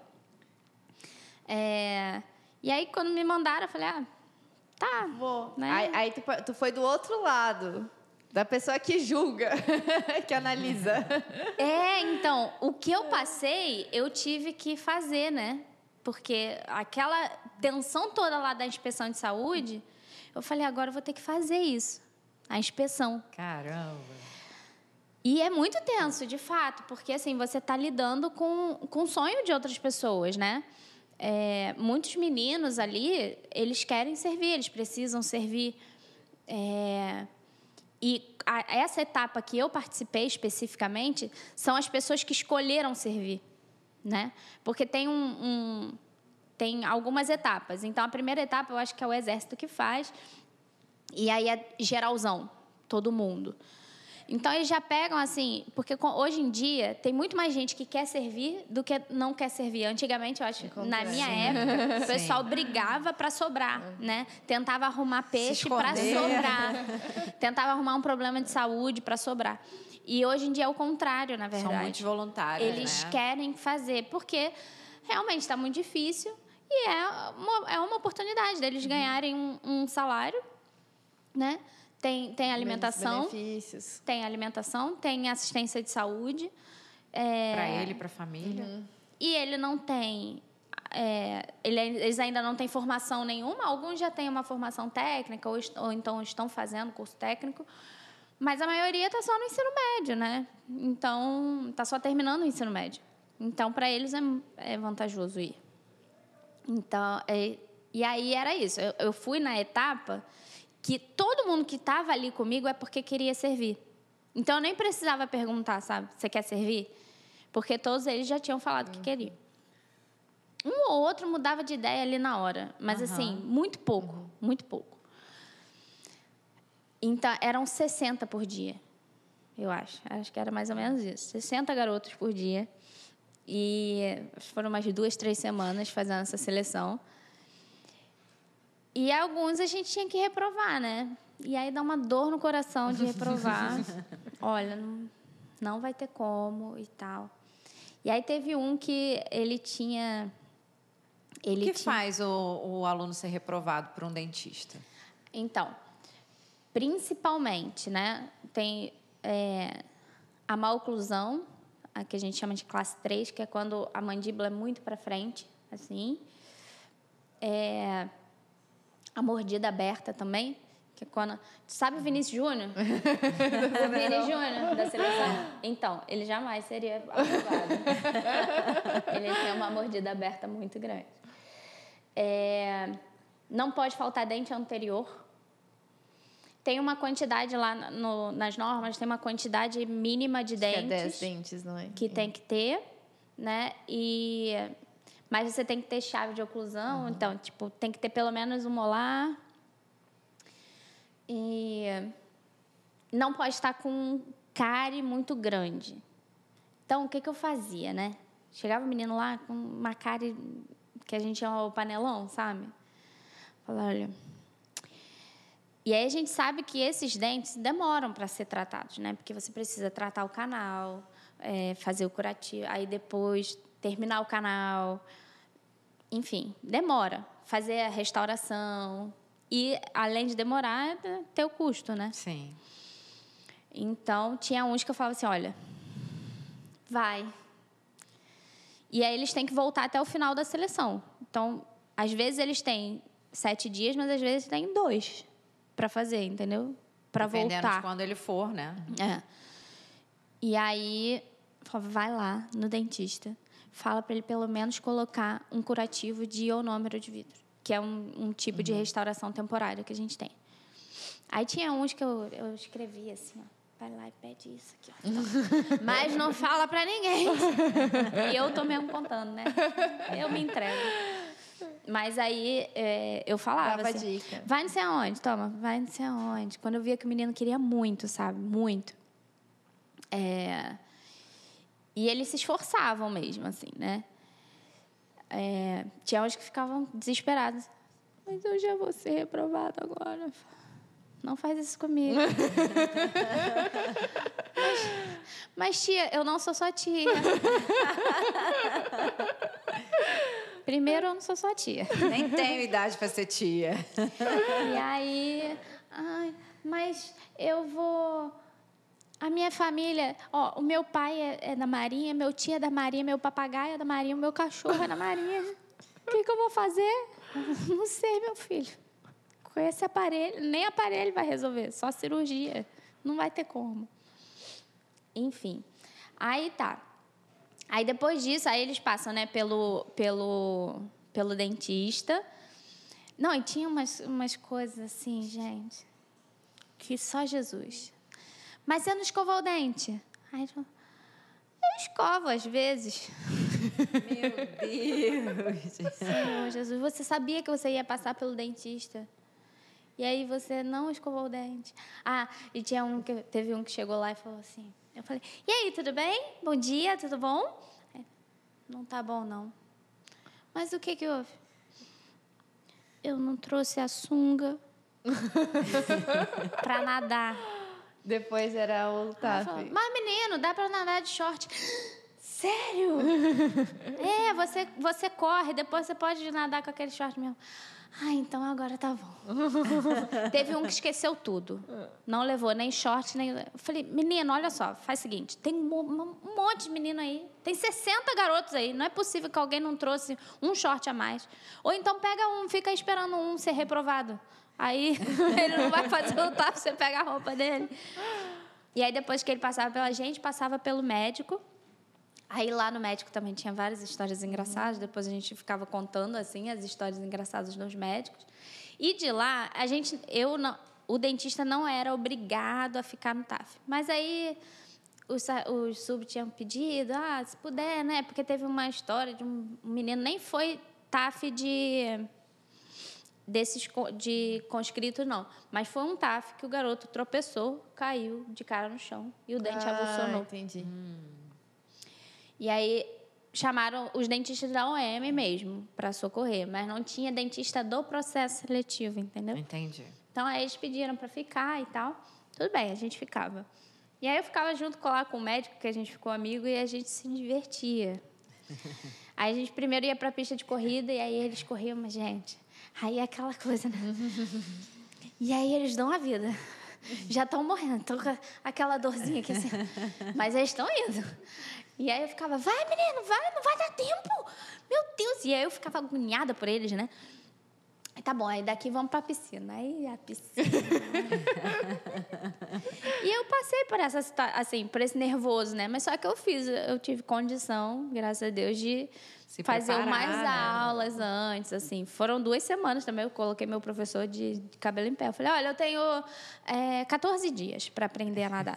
E aí, quando me mandaram, eu falei, tá, vou. Né? Aí tu foi do outro lado, da pessoa que julga, que analisa. Então, o que eu passei, eu tive que fazer, né? Porque aquela tensão toda lá da inspeção de saúde, eu falei, agora eu vou ter que fazer isso, a inspeção. Caramba! E é muito tenso, de fato, porque assim, você está lidando com o sonho de outras pessoas, né? Muitos meninos ali, eles querem servir, eles precisam servir. Essa etapa que eu participei especificamente são as pessoas que escolheram servir, né? Porque tem tem algumas etapas. Então, a primeira etapa eu acho que é o exército que faz, e aí é geralzão, todo mundo. Então, eles já pegam assim... Porque hoje em dia, tem muito mais gente que quer servir do que não quer servir. Antigamente, eu acho, na minha época, o pessoal brigava para sobrar, né? Tentava arrumar peixe para sobrar. Tentava arrumar um problema de saúde para sobrar. E hoje em dia é o contrário, na verdade. São muitos voluntários, Eles querem fazer, porque realmente está muito difícil e é uma oportunidade deles ganharem um salário, né? Tem alimentação, tem alimentação, tem assistência de saúde. Para ele e para a família. E ele não tem... eles ainda não têm formação nenhuma. Alguns já têm uma formação técnica ou então estão fazendo curso técnico. Mas a maioria está só no ensino médio, né? Então, está só terminando o ensino médio. Então, para eles é vantajoso ir. Então, e aí era isso. Eu fui na etapa... que todo mundo que estava ali comigo é porque queria servir. Então, eu nem precisava perguntar, sabe? Você quer servir? Porque todos eles já tinham falado que queriam. Um ou outro mudava de ideia ali na hora. Mas, assim, muito pouco. Muito pouco. Então, eram 60 por dia, eu acho. Acho que era mais ou menos isso. 60 garotos por dia. E foram umas 2, 3 semanas fazendo essa seleção. E alguns a gente tinha que reprovar, né? E aí dá uma dor no coração de reprovar. Olha, não vai ter como e tal. E aí teve um que ele tinha... O que faz o aluno ser reprovado por um dentista? Então, principalmente, né, tem a maloclusão, a que a gente chama de classe 3, que é quando a mandíbula é muito para frente, assim. A mordida aberta também, que é quando... Sabe o Vinícius Júnior? O Vinícius Júnior, da seleção. Então, ele jamais seria aprovado. Ele tem uma mordida aberta muito grande. Não pode faltar dente anterior. Tem uma quantidade lá nas normas, tem uma quantidade mínima de dentes. Que é 10 dentes, não é? Que tem que ter, né? Mas você tem que ter chave de oclusão, então, tipo, tem que ter pelo menos um molar. E não pode estar com um cárie muito grande. Então, o que eu fazia, né? Chegava o menino lá com uma cárie que a gente chama o panelão, sabe? Falava, olha... E aí a gente sabe que esses dentes demoram para ser tratados, né? Porque você precisa tratar o canal, fazer o curativo, aí depois terminar o canal. Enfim, demora. Fazer a restauração. E, além de demorar, ter o custo, né? Sim. Então, tinha uns que eu falava assim, olha, vai. E aí eles têm que voltar até o final da seleção. Então, às vezes eles têm 7 dias, mas às vezes têm 2 para fazer, entendeu? Para voltar. Dependendo de quando ele for, né? E aí, vai lá no dentista, fala para ele pelo menos colocar um curativo de ionômero de vidro, que é um tipo de restauração temporária que a gente tem. Aí tinha uns que eu escrevia assim, ó, vai lá e pede isso aqui, ó. Mas não fala para ninguém. E eu tô mesmo contando, né? Eu me entrego. Mas aí eu falava Dava assim, dica. vai não sei aonde, toma, vai não sei aonde. Quando eu via que o menino queria muito, sabe? Muito. E eles se esforçavam mesmo, assim, né? Tinha uns que ficavam desesperados. Mas eu já vou ser reprovado agora. Não faz isso comigo. Mas, tia, eu não sou sua tia. Primeiro, eu não sou sua tia. Nem tenho idade para ser tia. E aí... mas eu vou... A minha família... Ó, o meu pai é da Marinha, meu tio é da Marinha, meu papagaio é da Marinha, o meu cachorro é da Marinha. O que eu vou fazer? Não sei, meu filho. Com esse aparelho... Nem aparelho vai resolver, só cirurgia. Não vai ter como. Enfim. Aí tá. Aí, depois disso, aí eles passam, né, pelo dentista. Não, e tinha umas coisas assim, gente, que só Jesus. Mas você não escovou o dente? Aí eu escovo, às vezes. Meu Deus. Senhor Jesus, você sabia que você ia passar pelo dentista? E aí você não escovou o dente. E teve um que chegou lá e falou assim... Eu falei, e aí, tudo bem? Bom dia, tudo bom? Não tá bom, não. Mas o que houve? Eu não trouxe a sunga pra nadar. Depois era o TAF. Mas, menino, dá pra nadar de short. Sério? Você corre, depois você pode nadar com aquele short mesmo. Então agora tá bom. Teve um que esqueceu tudo. Não levou nem short, nem... Eu falei, menino, olha só, faz o seguinte, tem um monte de menino aí, tem 60 garotos aí, não é possível que alguém não trouxe um short a mais. Ou então pega fica esperando um ser reprovado. Aí ele não vai fazer o TAF, você pega a roupa dele. E aí depois que ele passava pela gente, passava pelo médico. Aí lá no médico também tinha várias histórias engraçadas. Depois a gente ficava contando assim as histórias engraçadas dos médicos. E de lá o dentista não era obrigado a ficar no TAF. Mas aí os sub tinham pedido, se puder, né? Porque teve uma história de um menino, nem foi TAF desses de conscrito, não. Mas foi um TAF que o garoto tropeçou, caiu de cara no chão e o dente avulsionou. Entendi. E aí chamaram os dentistas da OM mesmo para socorrer, mas não tinha dentista do processo seletivo, entendeu? Entendi. Então, aí eles pediram para ficar e tal. Tudo bem, a gente ficava. E aí eu ficava junto lá com o médico, que a gente ficou amigo, e a gente se divertia. Aí a gente primeiro ia para a pista de corrida, e aí eles corriam, mas, gente, aí é aquela coisa, né? E aí eles dão a vida. Já estão morrendo, estão com aquela dorzinha aqui assim. Mas eles estão indo. E aí eu ficava, vai, menino, vai, não vai dar tempo. Meu Deus. E aí eu ficava agoniada por eles, né? Aí, tá bom, aí daqui vamos pra piscina. Aí a piscina. E eu passei por essa situação, assim, por esse nervoso, né? Mas só que eu tive condição, graças a Deus, de fazer umas aulas antes, assim. Foram 2 semanas também, eu coloquei meu professor de cabelo em pé. Eu falei, olha, eu tenho 14 dias para aprender a nadar.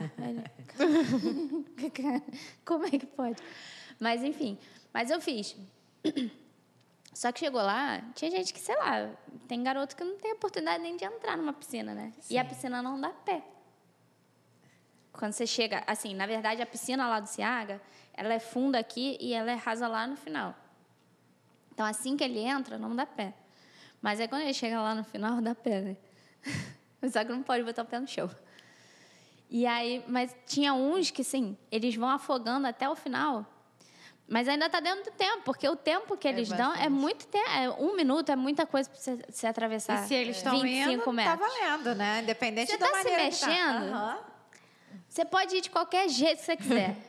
Como é que pode? Mas, enfim, mas eu fiz. Só que chegou lá, tinha gente que, sei lá, tem garoto que não tem oportunidade nem de entrar numa piscina, né? Sim. E a piscina não dá pé. Quando você chega, assim, na verdade, a piscina lá do Ciaga, ela é funda aqui e ela é rasa lá no final. Então, assim que ele entra, não dá pé. Mas aí, quando ele chega lá no final, dá pé, né? Só que não pode botar o pé no chão. E aí, mas tinha uns que, sim, eles vão afogando até o final, mas ainda está dentro do tempo, porque o tempo que eles dão é muito tempo. 1 minuto é muita coisa para você atravessar. E se eles estão indo, metros. Tá valendo, né? Independente da Você maneira está se mexendo, você pode ir de qualquer jeito que você quiser.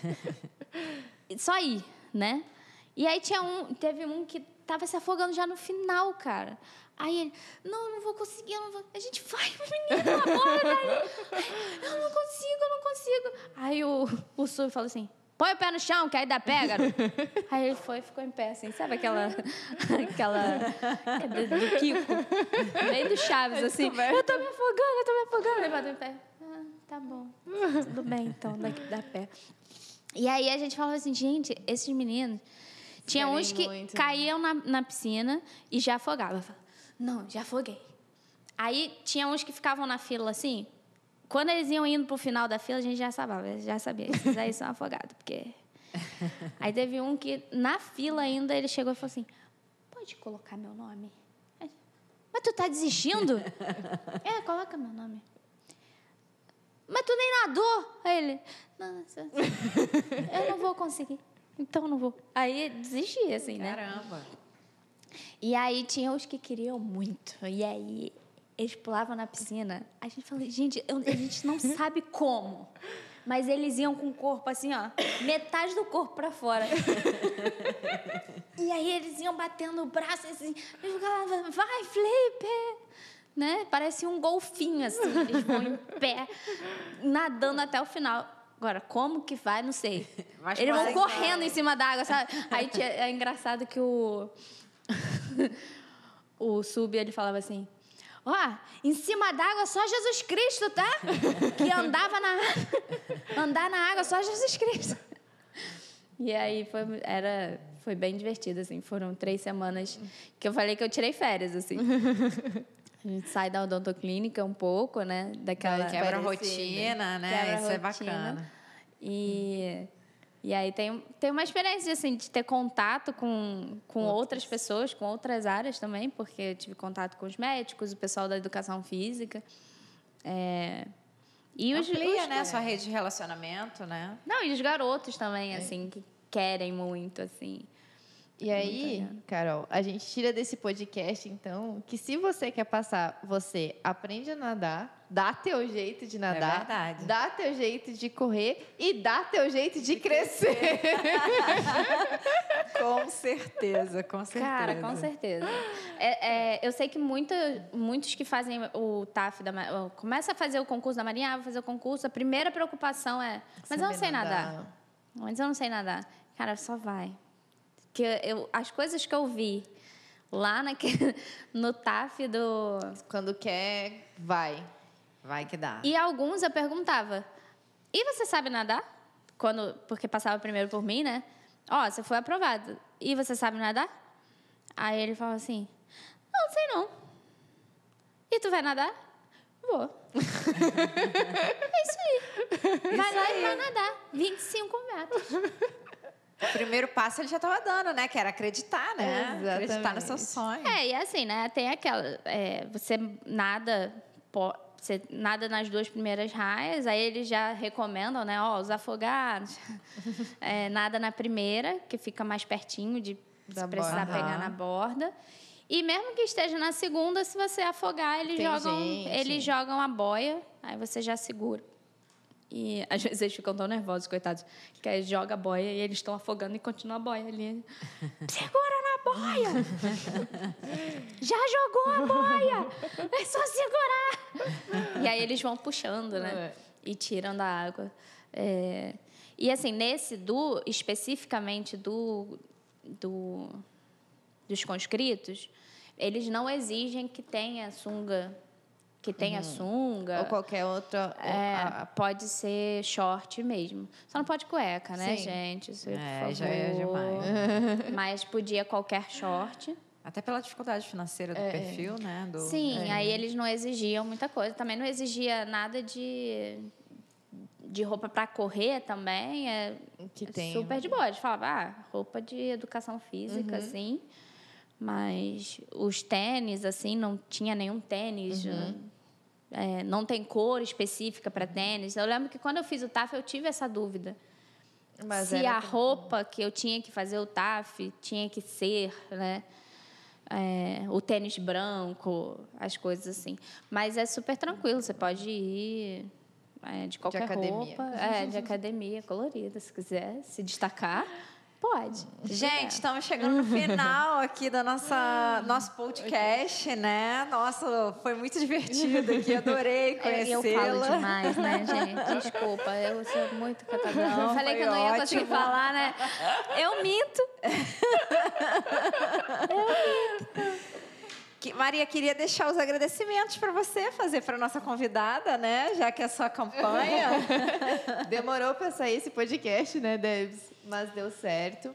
Só ir, né? E aí teve um que estava se afogando já no final, cara. Aí ele, não vou conseguir, não vou. A gente vai, menino, agora. Eu não consigo. Aí o Sul falou assim, põe o pé no chão, que aí dá pé, garoto. Aí ele ficou em pé, assim, sabe aquela do Kiko, meio do Chaves, assim. Eu tô me afogando. Ele bateu em pé. Tá bom, tudo bem, então, dá pé. E aí a gente falava assim, gente, esses meninos, tinha uns que caíam na piscina e já afogavam. Não, já afoguei. Aí tinha uns que ficavam na fila assim. Quando eles iam indo pro final da fila, a gente já sabia. Esses aí são afogados, porque... Aí teve um que, na fila ainda, ele chegou e falou assim, pode colocar meu nome? Mas tu tá desistindo? Coloca meu nome. Mas tu nem nadou? Aí ele, não, eu não vou conseguir. Então não vou. Aí desisti, assim, né? Caramba. E aí tinha os que queriam muito. E aí eles pulavam na piscina. A gente falou, gente, a gente não sabe como. Mas eles iam com o corpo assim, ó, metade do corpo pra fora. E aí eles iam batendo o braço assim. Eles ficavam, vai, Felipe! Né? Parecia um golfinho, assim. Eles vão em pé, nadando até o final. Agora, como que vai, não sei. Eles vão correndo em cima da água, sabe? Aí é engraçado que o Sub, ele falava assim, em cima d'água só Jesus Cristo, tá? Que andar na água só Jesus Cristo. E aí foi bem divertido, assim. Foram 3 semanas que eu falei que eu tirei férias, assim. A gente sai da odontoclínica um pouco, né? Daquela quebra a rotina, né? Isso é bacana. E aí tem uma experiência, assim, de ter contato com outras pessoas, com outras áreas também, porque eu tive contato com os médicos, o pessoal da educação física. E amplia, né? Sua rede de relacionamento, né? Não, e os garotos também, assim, que querem muito, assim. E aí, Carol, a gente tira desse podcast, então, que se você quer passar, você aprende a nadar, dá teu jeito de nadar, é verdade. Dá teu jeito de correr e dá teu jeito de crescer. Com certeza. Cara, com certeza. Eu sei que muitos que fazem o TAF, começa a fazer o concurso da Marinha, vou fazer o concurso, a primeira preocupação é, mas eu não sei nadar. Mas eu não sei nadar. Cara, só vai. Que as coisas que eu vi lá no TAF do... Quando quer, vai. Vai que dá. E alguns eu perguntava, e você sabe nadar? Porque passava primeiro por mim, né? Você foi aprovado. E você sabe nadar? Aí ele falava assim, não sei não. E tu vai nadar? Vou. É isso aí. Vai lá e vai nadar. 25 metros. O primeiro passo ele já estava dando, né? Que era acreditar, né? Exatamente. Acreditar no seu sonho. E assim, né? Tem aquela... você nada... Você nada nas 2 primeiras raias, aí eles já recomendam, né? Os afogados. Nada na primeira, que fica mais pertinho de se precisar pegar na borda. E mesmo que esteja na segunda, se você afogar, eles jogam a boia, aí você já segura. E às vezes eles ficam tão nervosos, coitados, que aí joga a boia e eles estão afogando e continua a boia ali. Segura na boia! Já jogou a boia! É só segurar! E aí eles vão puxando, né? E tiram da água. E assim, especificamente dos conscritos, eles não exigem que tenha sunga. Ou qualquer outra. Pode ser short mesmo. Só não pode cueca, né, gente? Isso, por favor. Já é demais. Mas podia qualquer short. Até pela dificuldade financeira do perfil, né? Sim, aí eles não exigiam muita coisa. Também não exigia nada de roupa para correr também. Super de boa. Eles falavam, roupa de educação física, assim. Mas os tênis, assim, não tinha nenhum tênis. Não tem cor específica para tênis. Eu lembro que quando eu fiz o TAF, eu tive essa dúvida. Mas se a roupa que eu tinha que fazer o TAF tinha que ser, né? O tênis branco, as coisas assim. Mas é super tranquilo, você pode ir de qualquer roupa. De academia, colorida, se quiser se destacar. Pode. Gente, estamos chegando no final aqui da nosso podcast, né? Nossa, foi muito divertido aqui, adorei conhecê-la. Eu falo demais, né, gente? Desculpa, eu sou muito catadão. Eu falei que eu não ia conseguir falar, né? Eu minto. Maria, queria deixar os agradecimentos para você fazer para nossa convidada, né? Já que é a sua campanha. Demorou para sair esse podcast, né, Debs? Mas deu certo.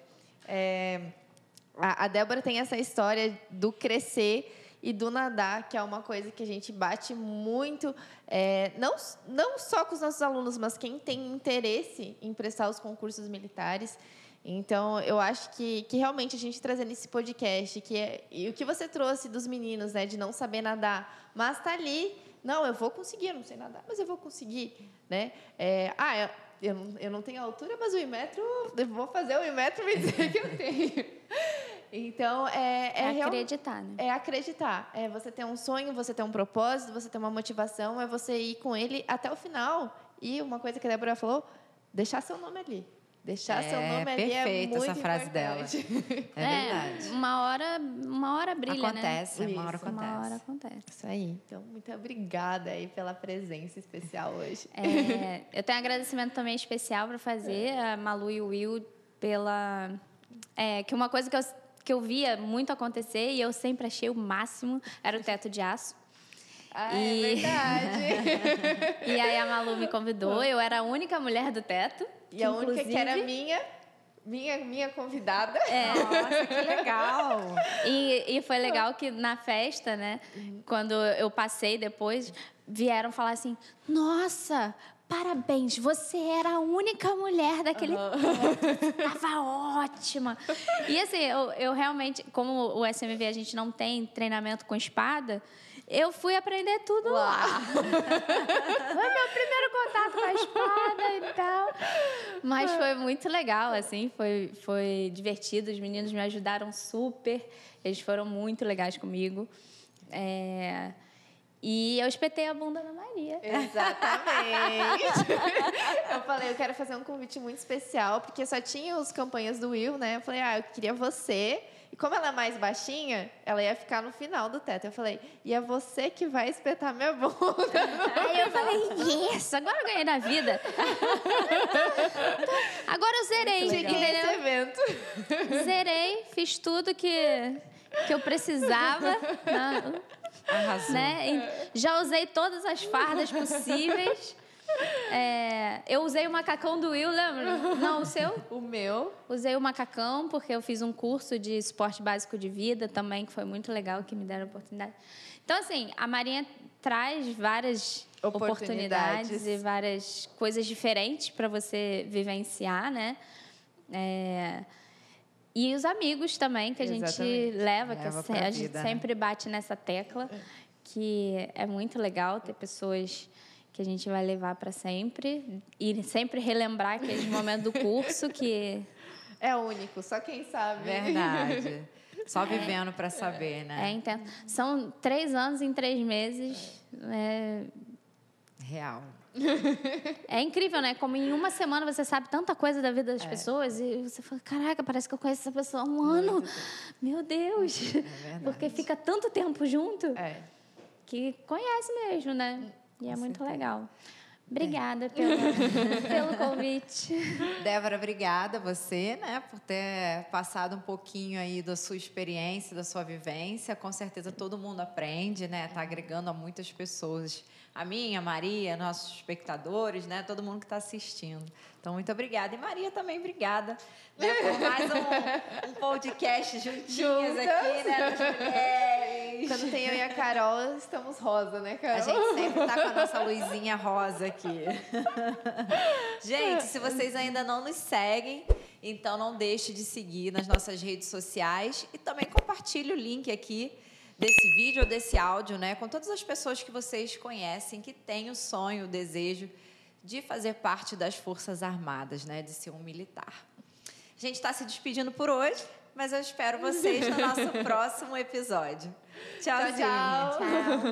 A Débora tem essa história do crescer e do nadar, que é uma coisa que a gente bate muito, não só com os nossos alunos, mas quem tem interesse em prestar os concursos militares. Então, eu acho que realmente a gente trazendo esse podcast, e o que você trouxe dos meninos, né, de não saber nadar, mas tá ali, não, eu vou conseguir, eu não sei nadar, mas eu vou conseguir, né? Eu não tenho altura, mas o Imetro, eu vou fazer o Imetro me dizer que eu tenho. Então, acreditar, né? É acreditar. É você ter um sonho, você ter um propósito, você ter uma motivação, é você ir com ele até o final. E uma coisa que a Débora falou, deixar seu nome ali. Deixar seu nome ali é muito essa frase importante. dela. É verdade. Uma hora brilha, acontece, né? Uma hora acontece. Isso aí. Então, muito obrigada aí pela presença especial hoje. Eu tenho um agradecimento também especial para fazer, a Malu e o Will, que uma coisa que eu via muito acontecer e eu sempre achei o máximo era o teto de aço. É verdade. E aí a Malu me convidou, eu era a única mulher do teto. E a única que era minha convidada. Nossa, que legal. E foi legal que na festa, né, quando eu passei depois, vieram falar assim, nossa, parabéns, você era a única mulher daquele teto, estava ótima. E assim, eu realmente, como o SMV a gente não tem treinamento com espada, eu fui aprender tudo lá. Foi meu primeiro contato com a espada e tal. Mas foi muito legal, assim, foi divertido. Os meninos me ajudaram super. Eles foram muito legais comigo. E eu espetei a bunda na Maria. Exatamente. Eu falei, eu quero fazer um convite muito especial, porque só tinha os campanhas do Will, né? Eu falei, eu queria você. E como ela é mais baixinha, ela ia ficar no final do teto. Eu falei, e é você que vai espetar minha bunda. Aí eu falei, agora eu ganhei na vida. Agora eu zerei. Esse evento. Zerei, fiz tudo que eu precisava. Arrasou. Né? Já usei todas as fardas possíveis. Eu usei o macacão do Will, lembra? Não, o seu? O meu. Usei o macacão porque eu fiz um curso de suporte básico de vida também, que foi muito legal, que me deram a oportunidade. Então, assim, a Marinha traz várias oportunidades e várias coisas diferentes para você vivenciar, né? E os amigos também, que a gente leva que a gente vida, sempre bate nessa tecla, que é muito legal ter pessoas que a gente vai levar para sempre e sempre relembrar aqueles momentos do curso que... É único, só quem sabe. Verdade. Só vivendo para saber, né? É intenso. São 3 anos em 3 meses. Real. É incrível, né? Como em uma semana você sabe tanta coisa da vida das pessoas e você fala, caraca, parece que eu conheço essa pessoa há um ano. Meu Deus. É verdade. Porque fica tanto tempo junto que conhece mesmo, né? E é muito legal. Obrigada pelo convite. Débora, obrigada a você, né, por ter passado um pouquinho aí da sua experiência, da sua vivência. Com certeza todo mundo aprende, né? Está agregando a muitas pessoas. A minha, a Maria, nossos espectadores, né? Todo mundo que está assistindo. Então, muito obrigada. E Maria também, obrigada, né, por mais um podcast juntinhas aqui, né, das mulheres. quando tem eu e a Carol, estamos rosa, né, Carol? A gente sempre está com a nossa luzinha rosa aqui. Gente, se vocês ainda não nos seguem, então não deixe de seguir nas nossas redes sociais e também compartilhe o link aqui desse vídeo ou desse áudio, né, com todas as pessoas que vocês conhecem, que têm o sonho, o desejo de fazer parte das Forças Armadas, né, de ser um militar. A gente está se despedindo por hoje, mas eu espero vocês no nosso próximo episódio. Tchauzinho. Tchau, tchau.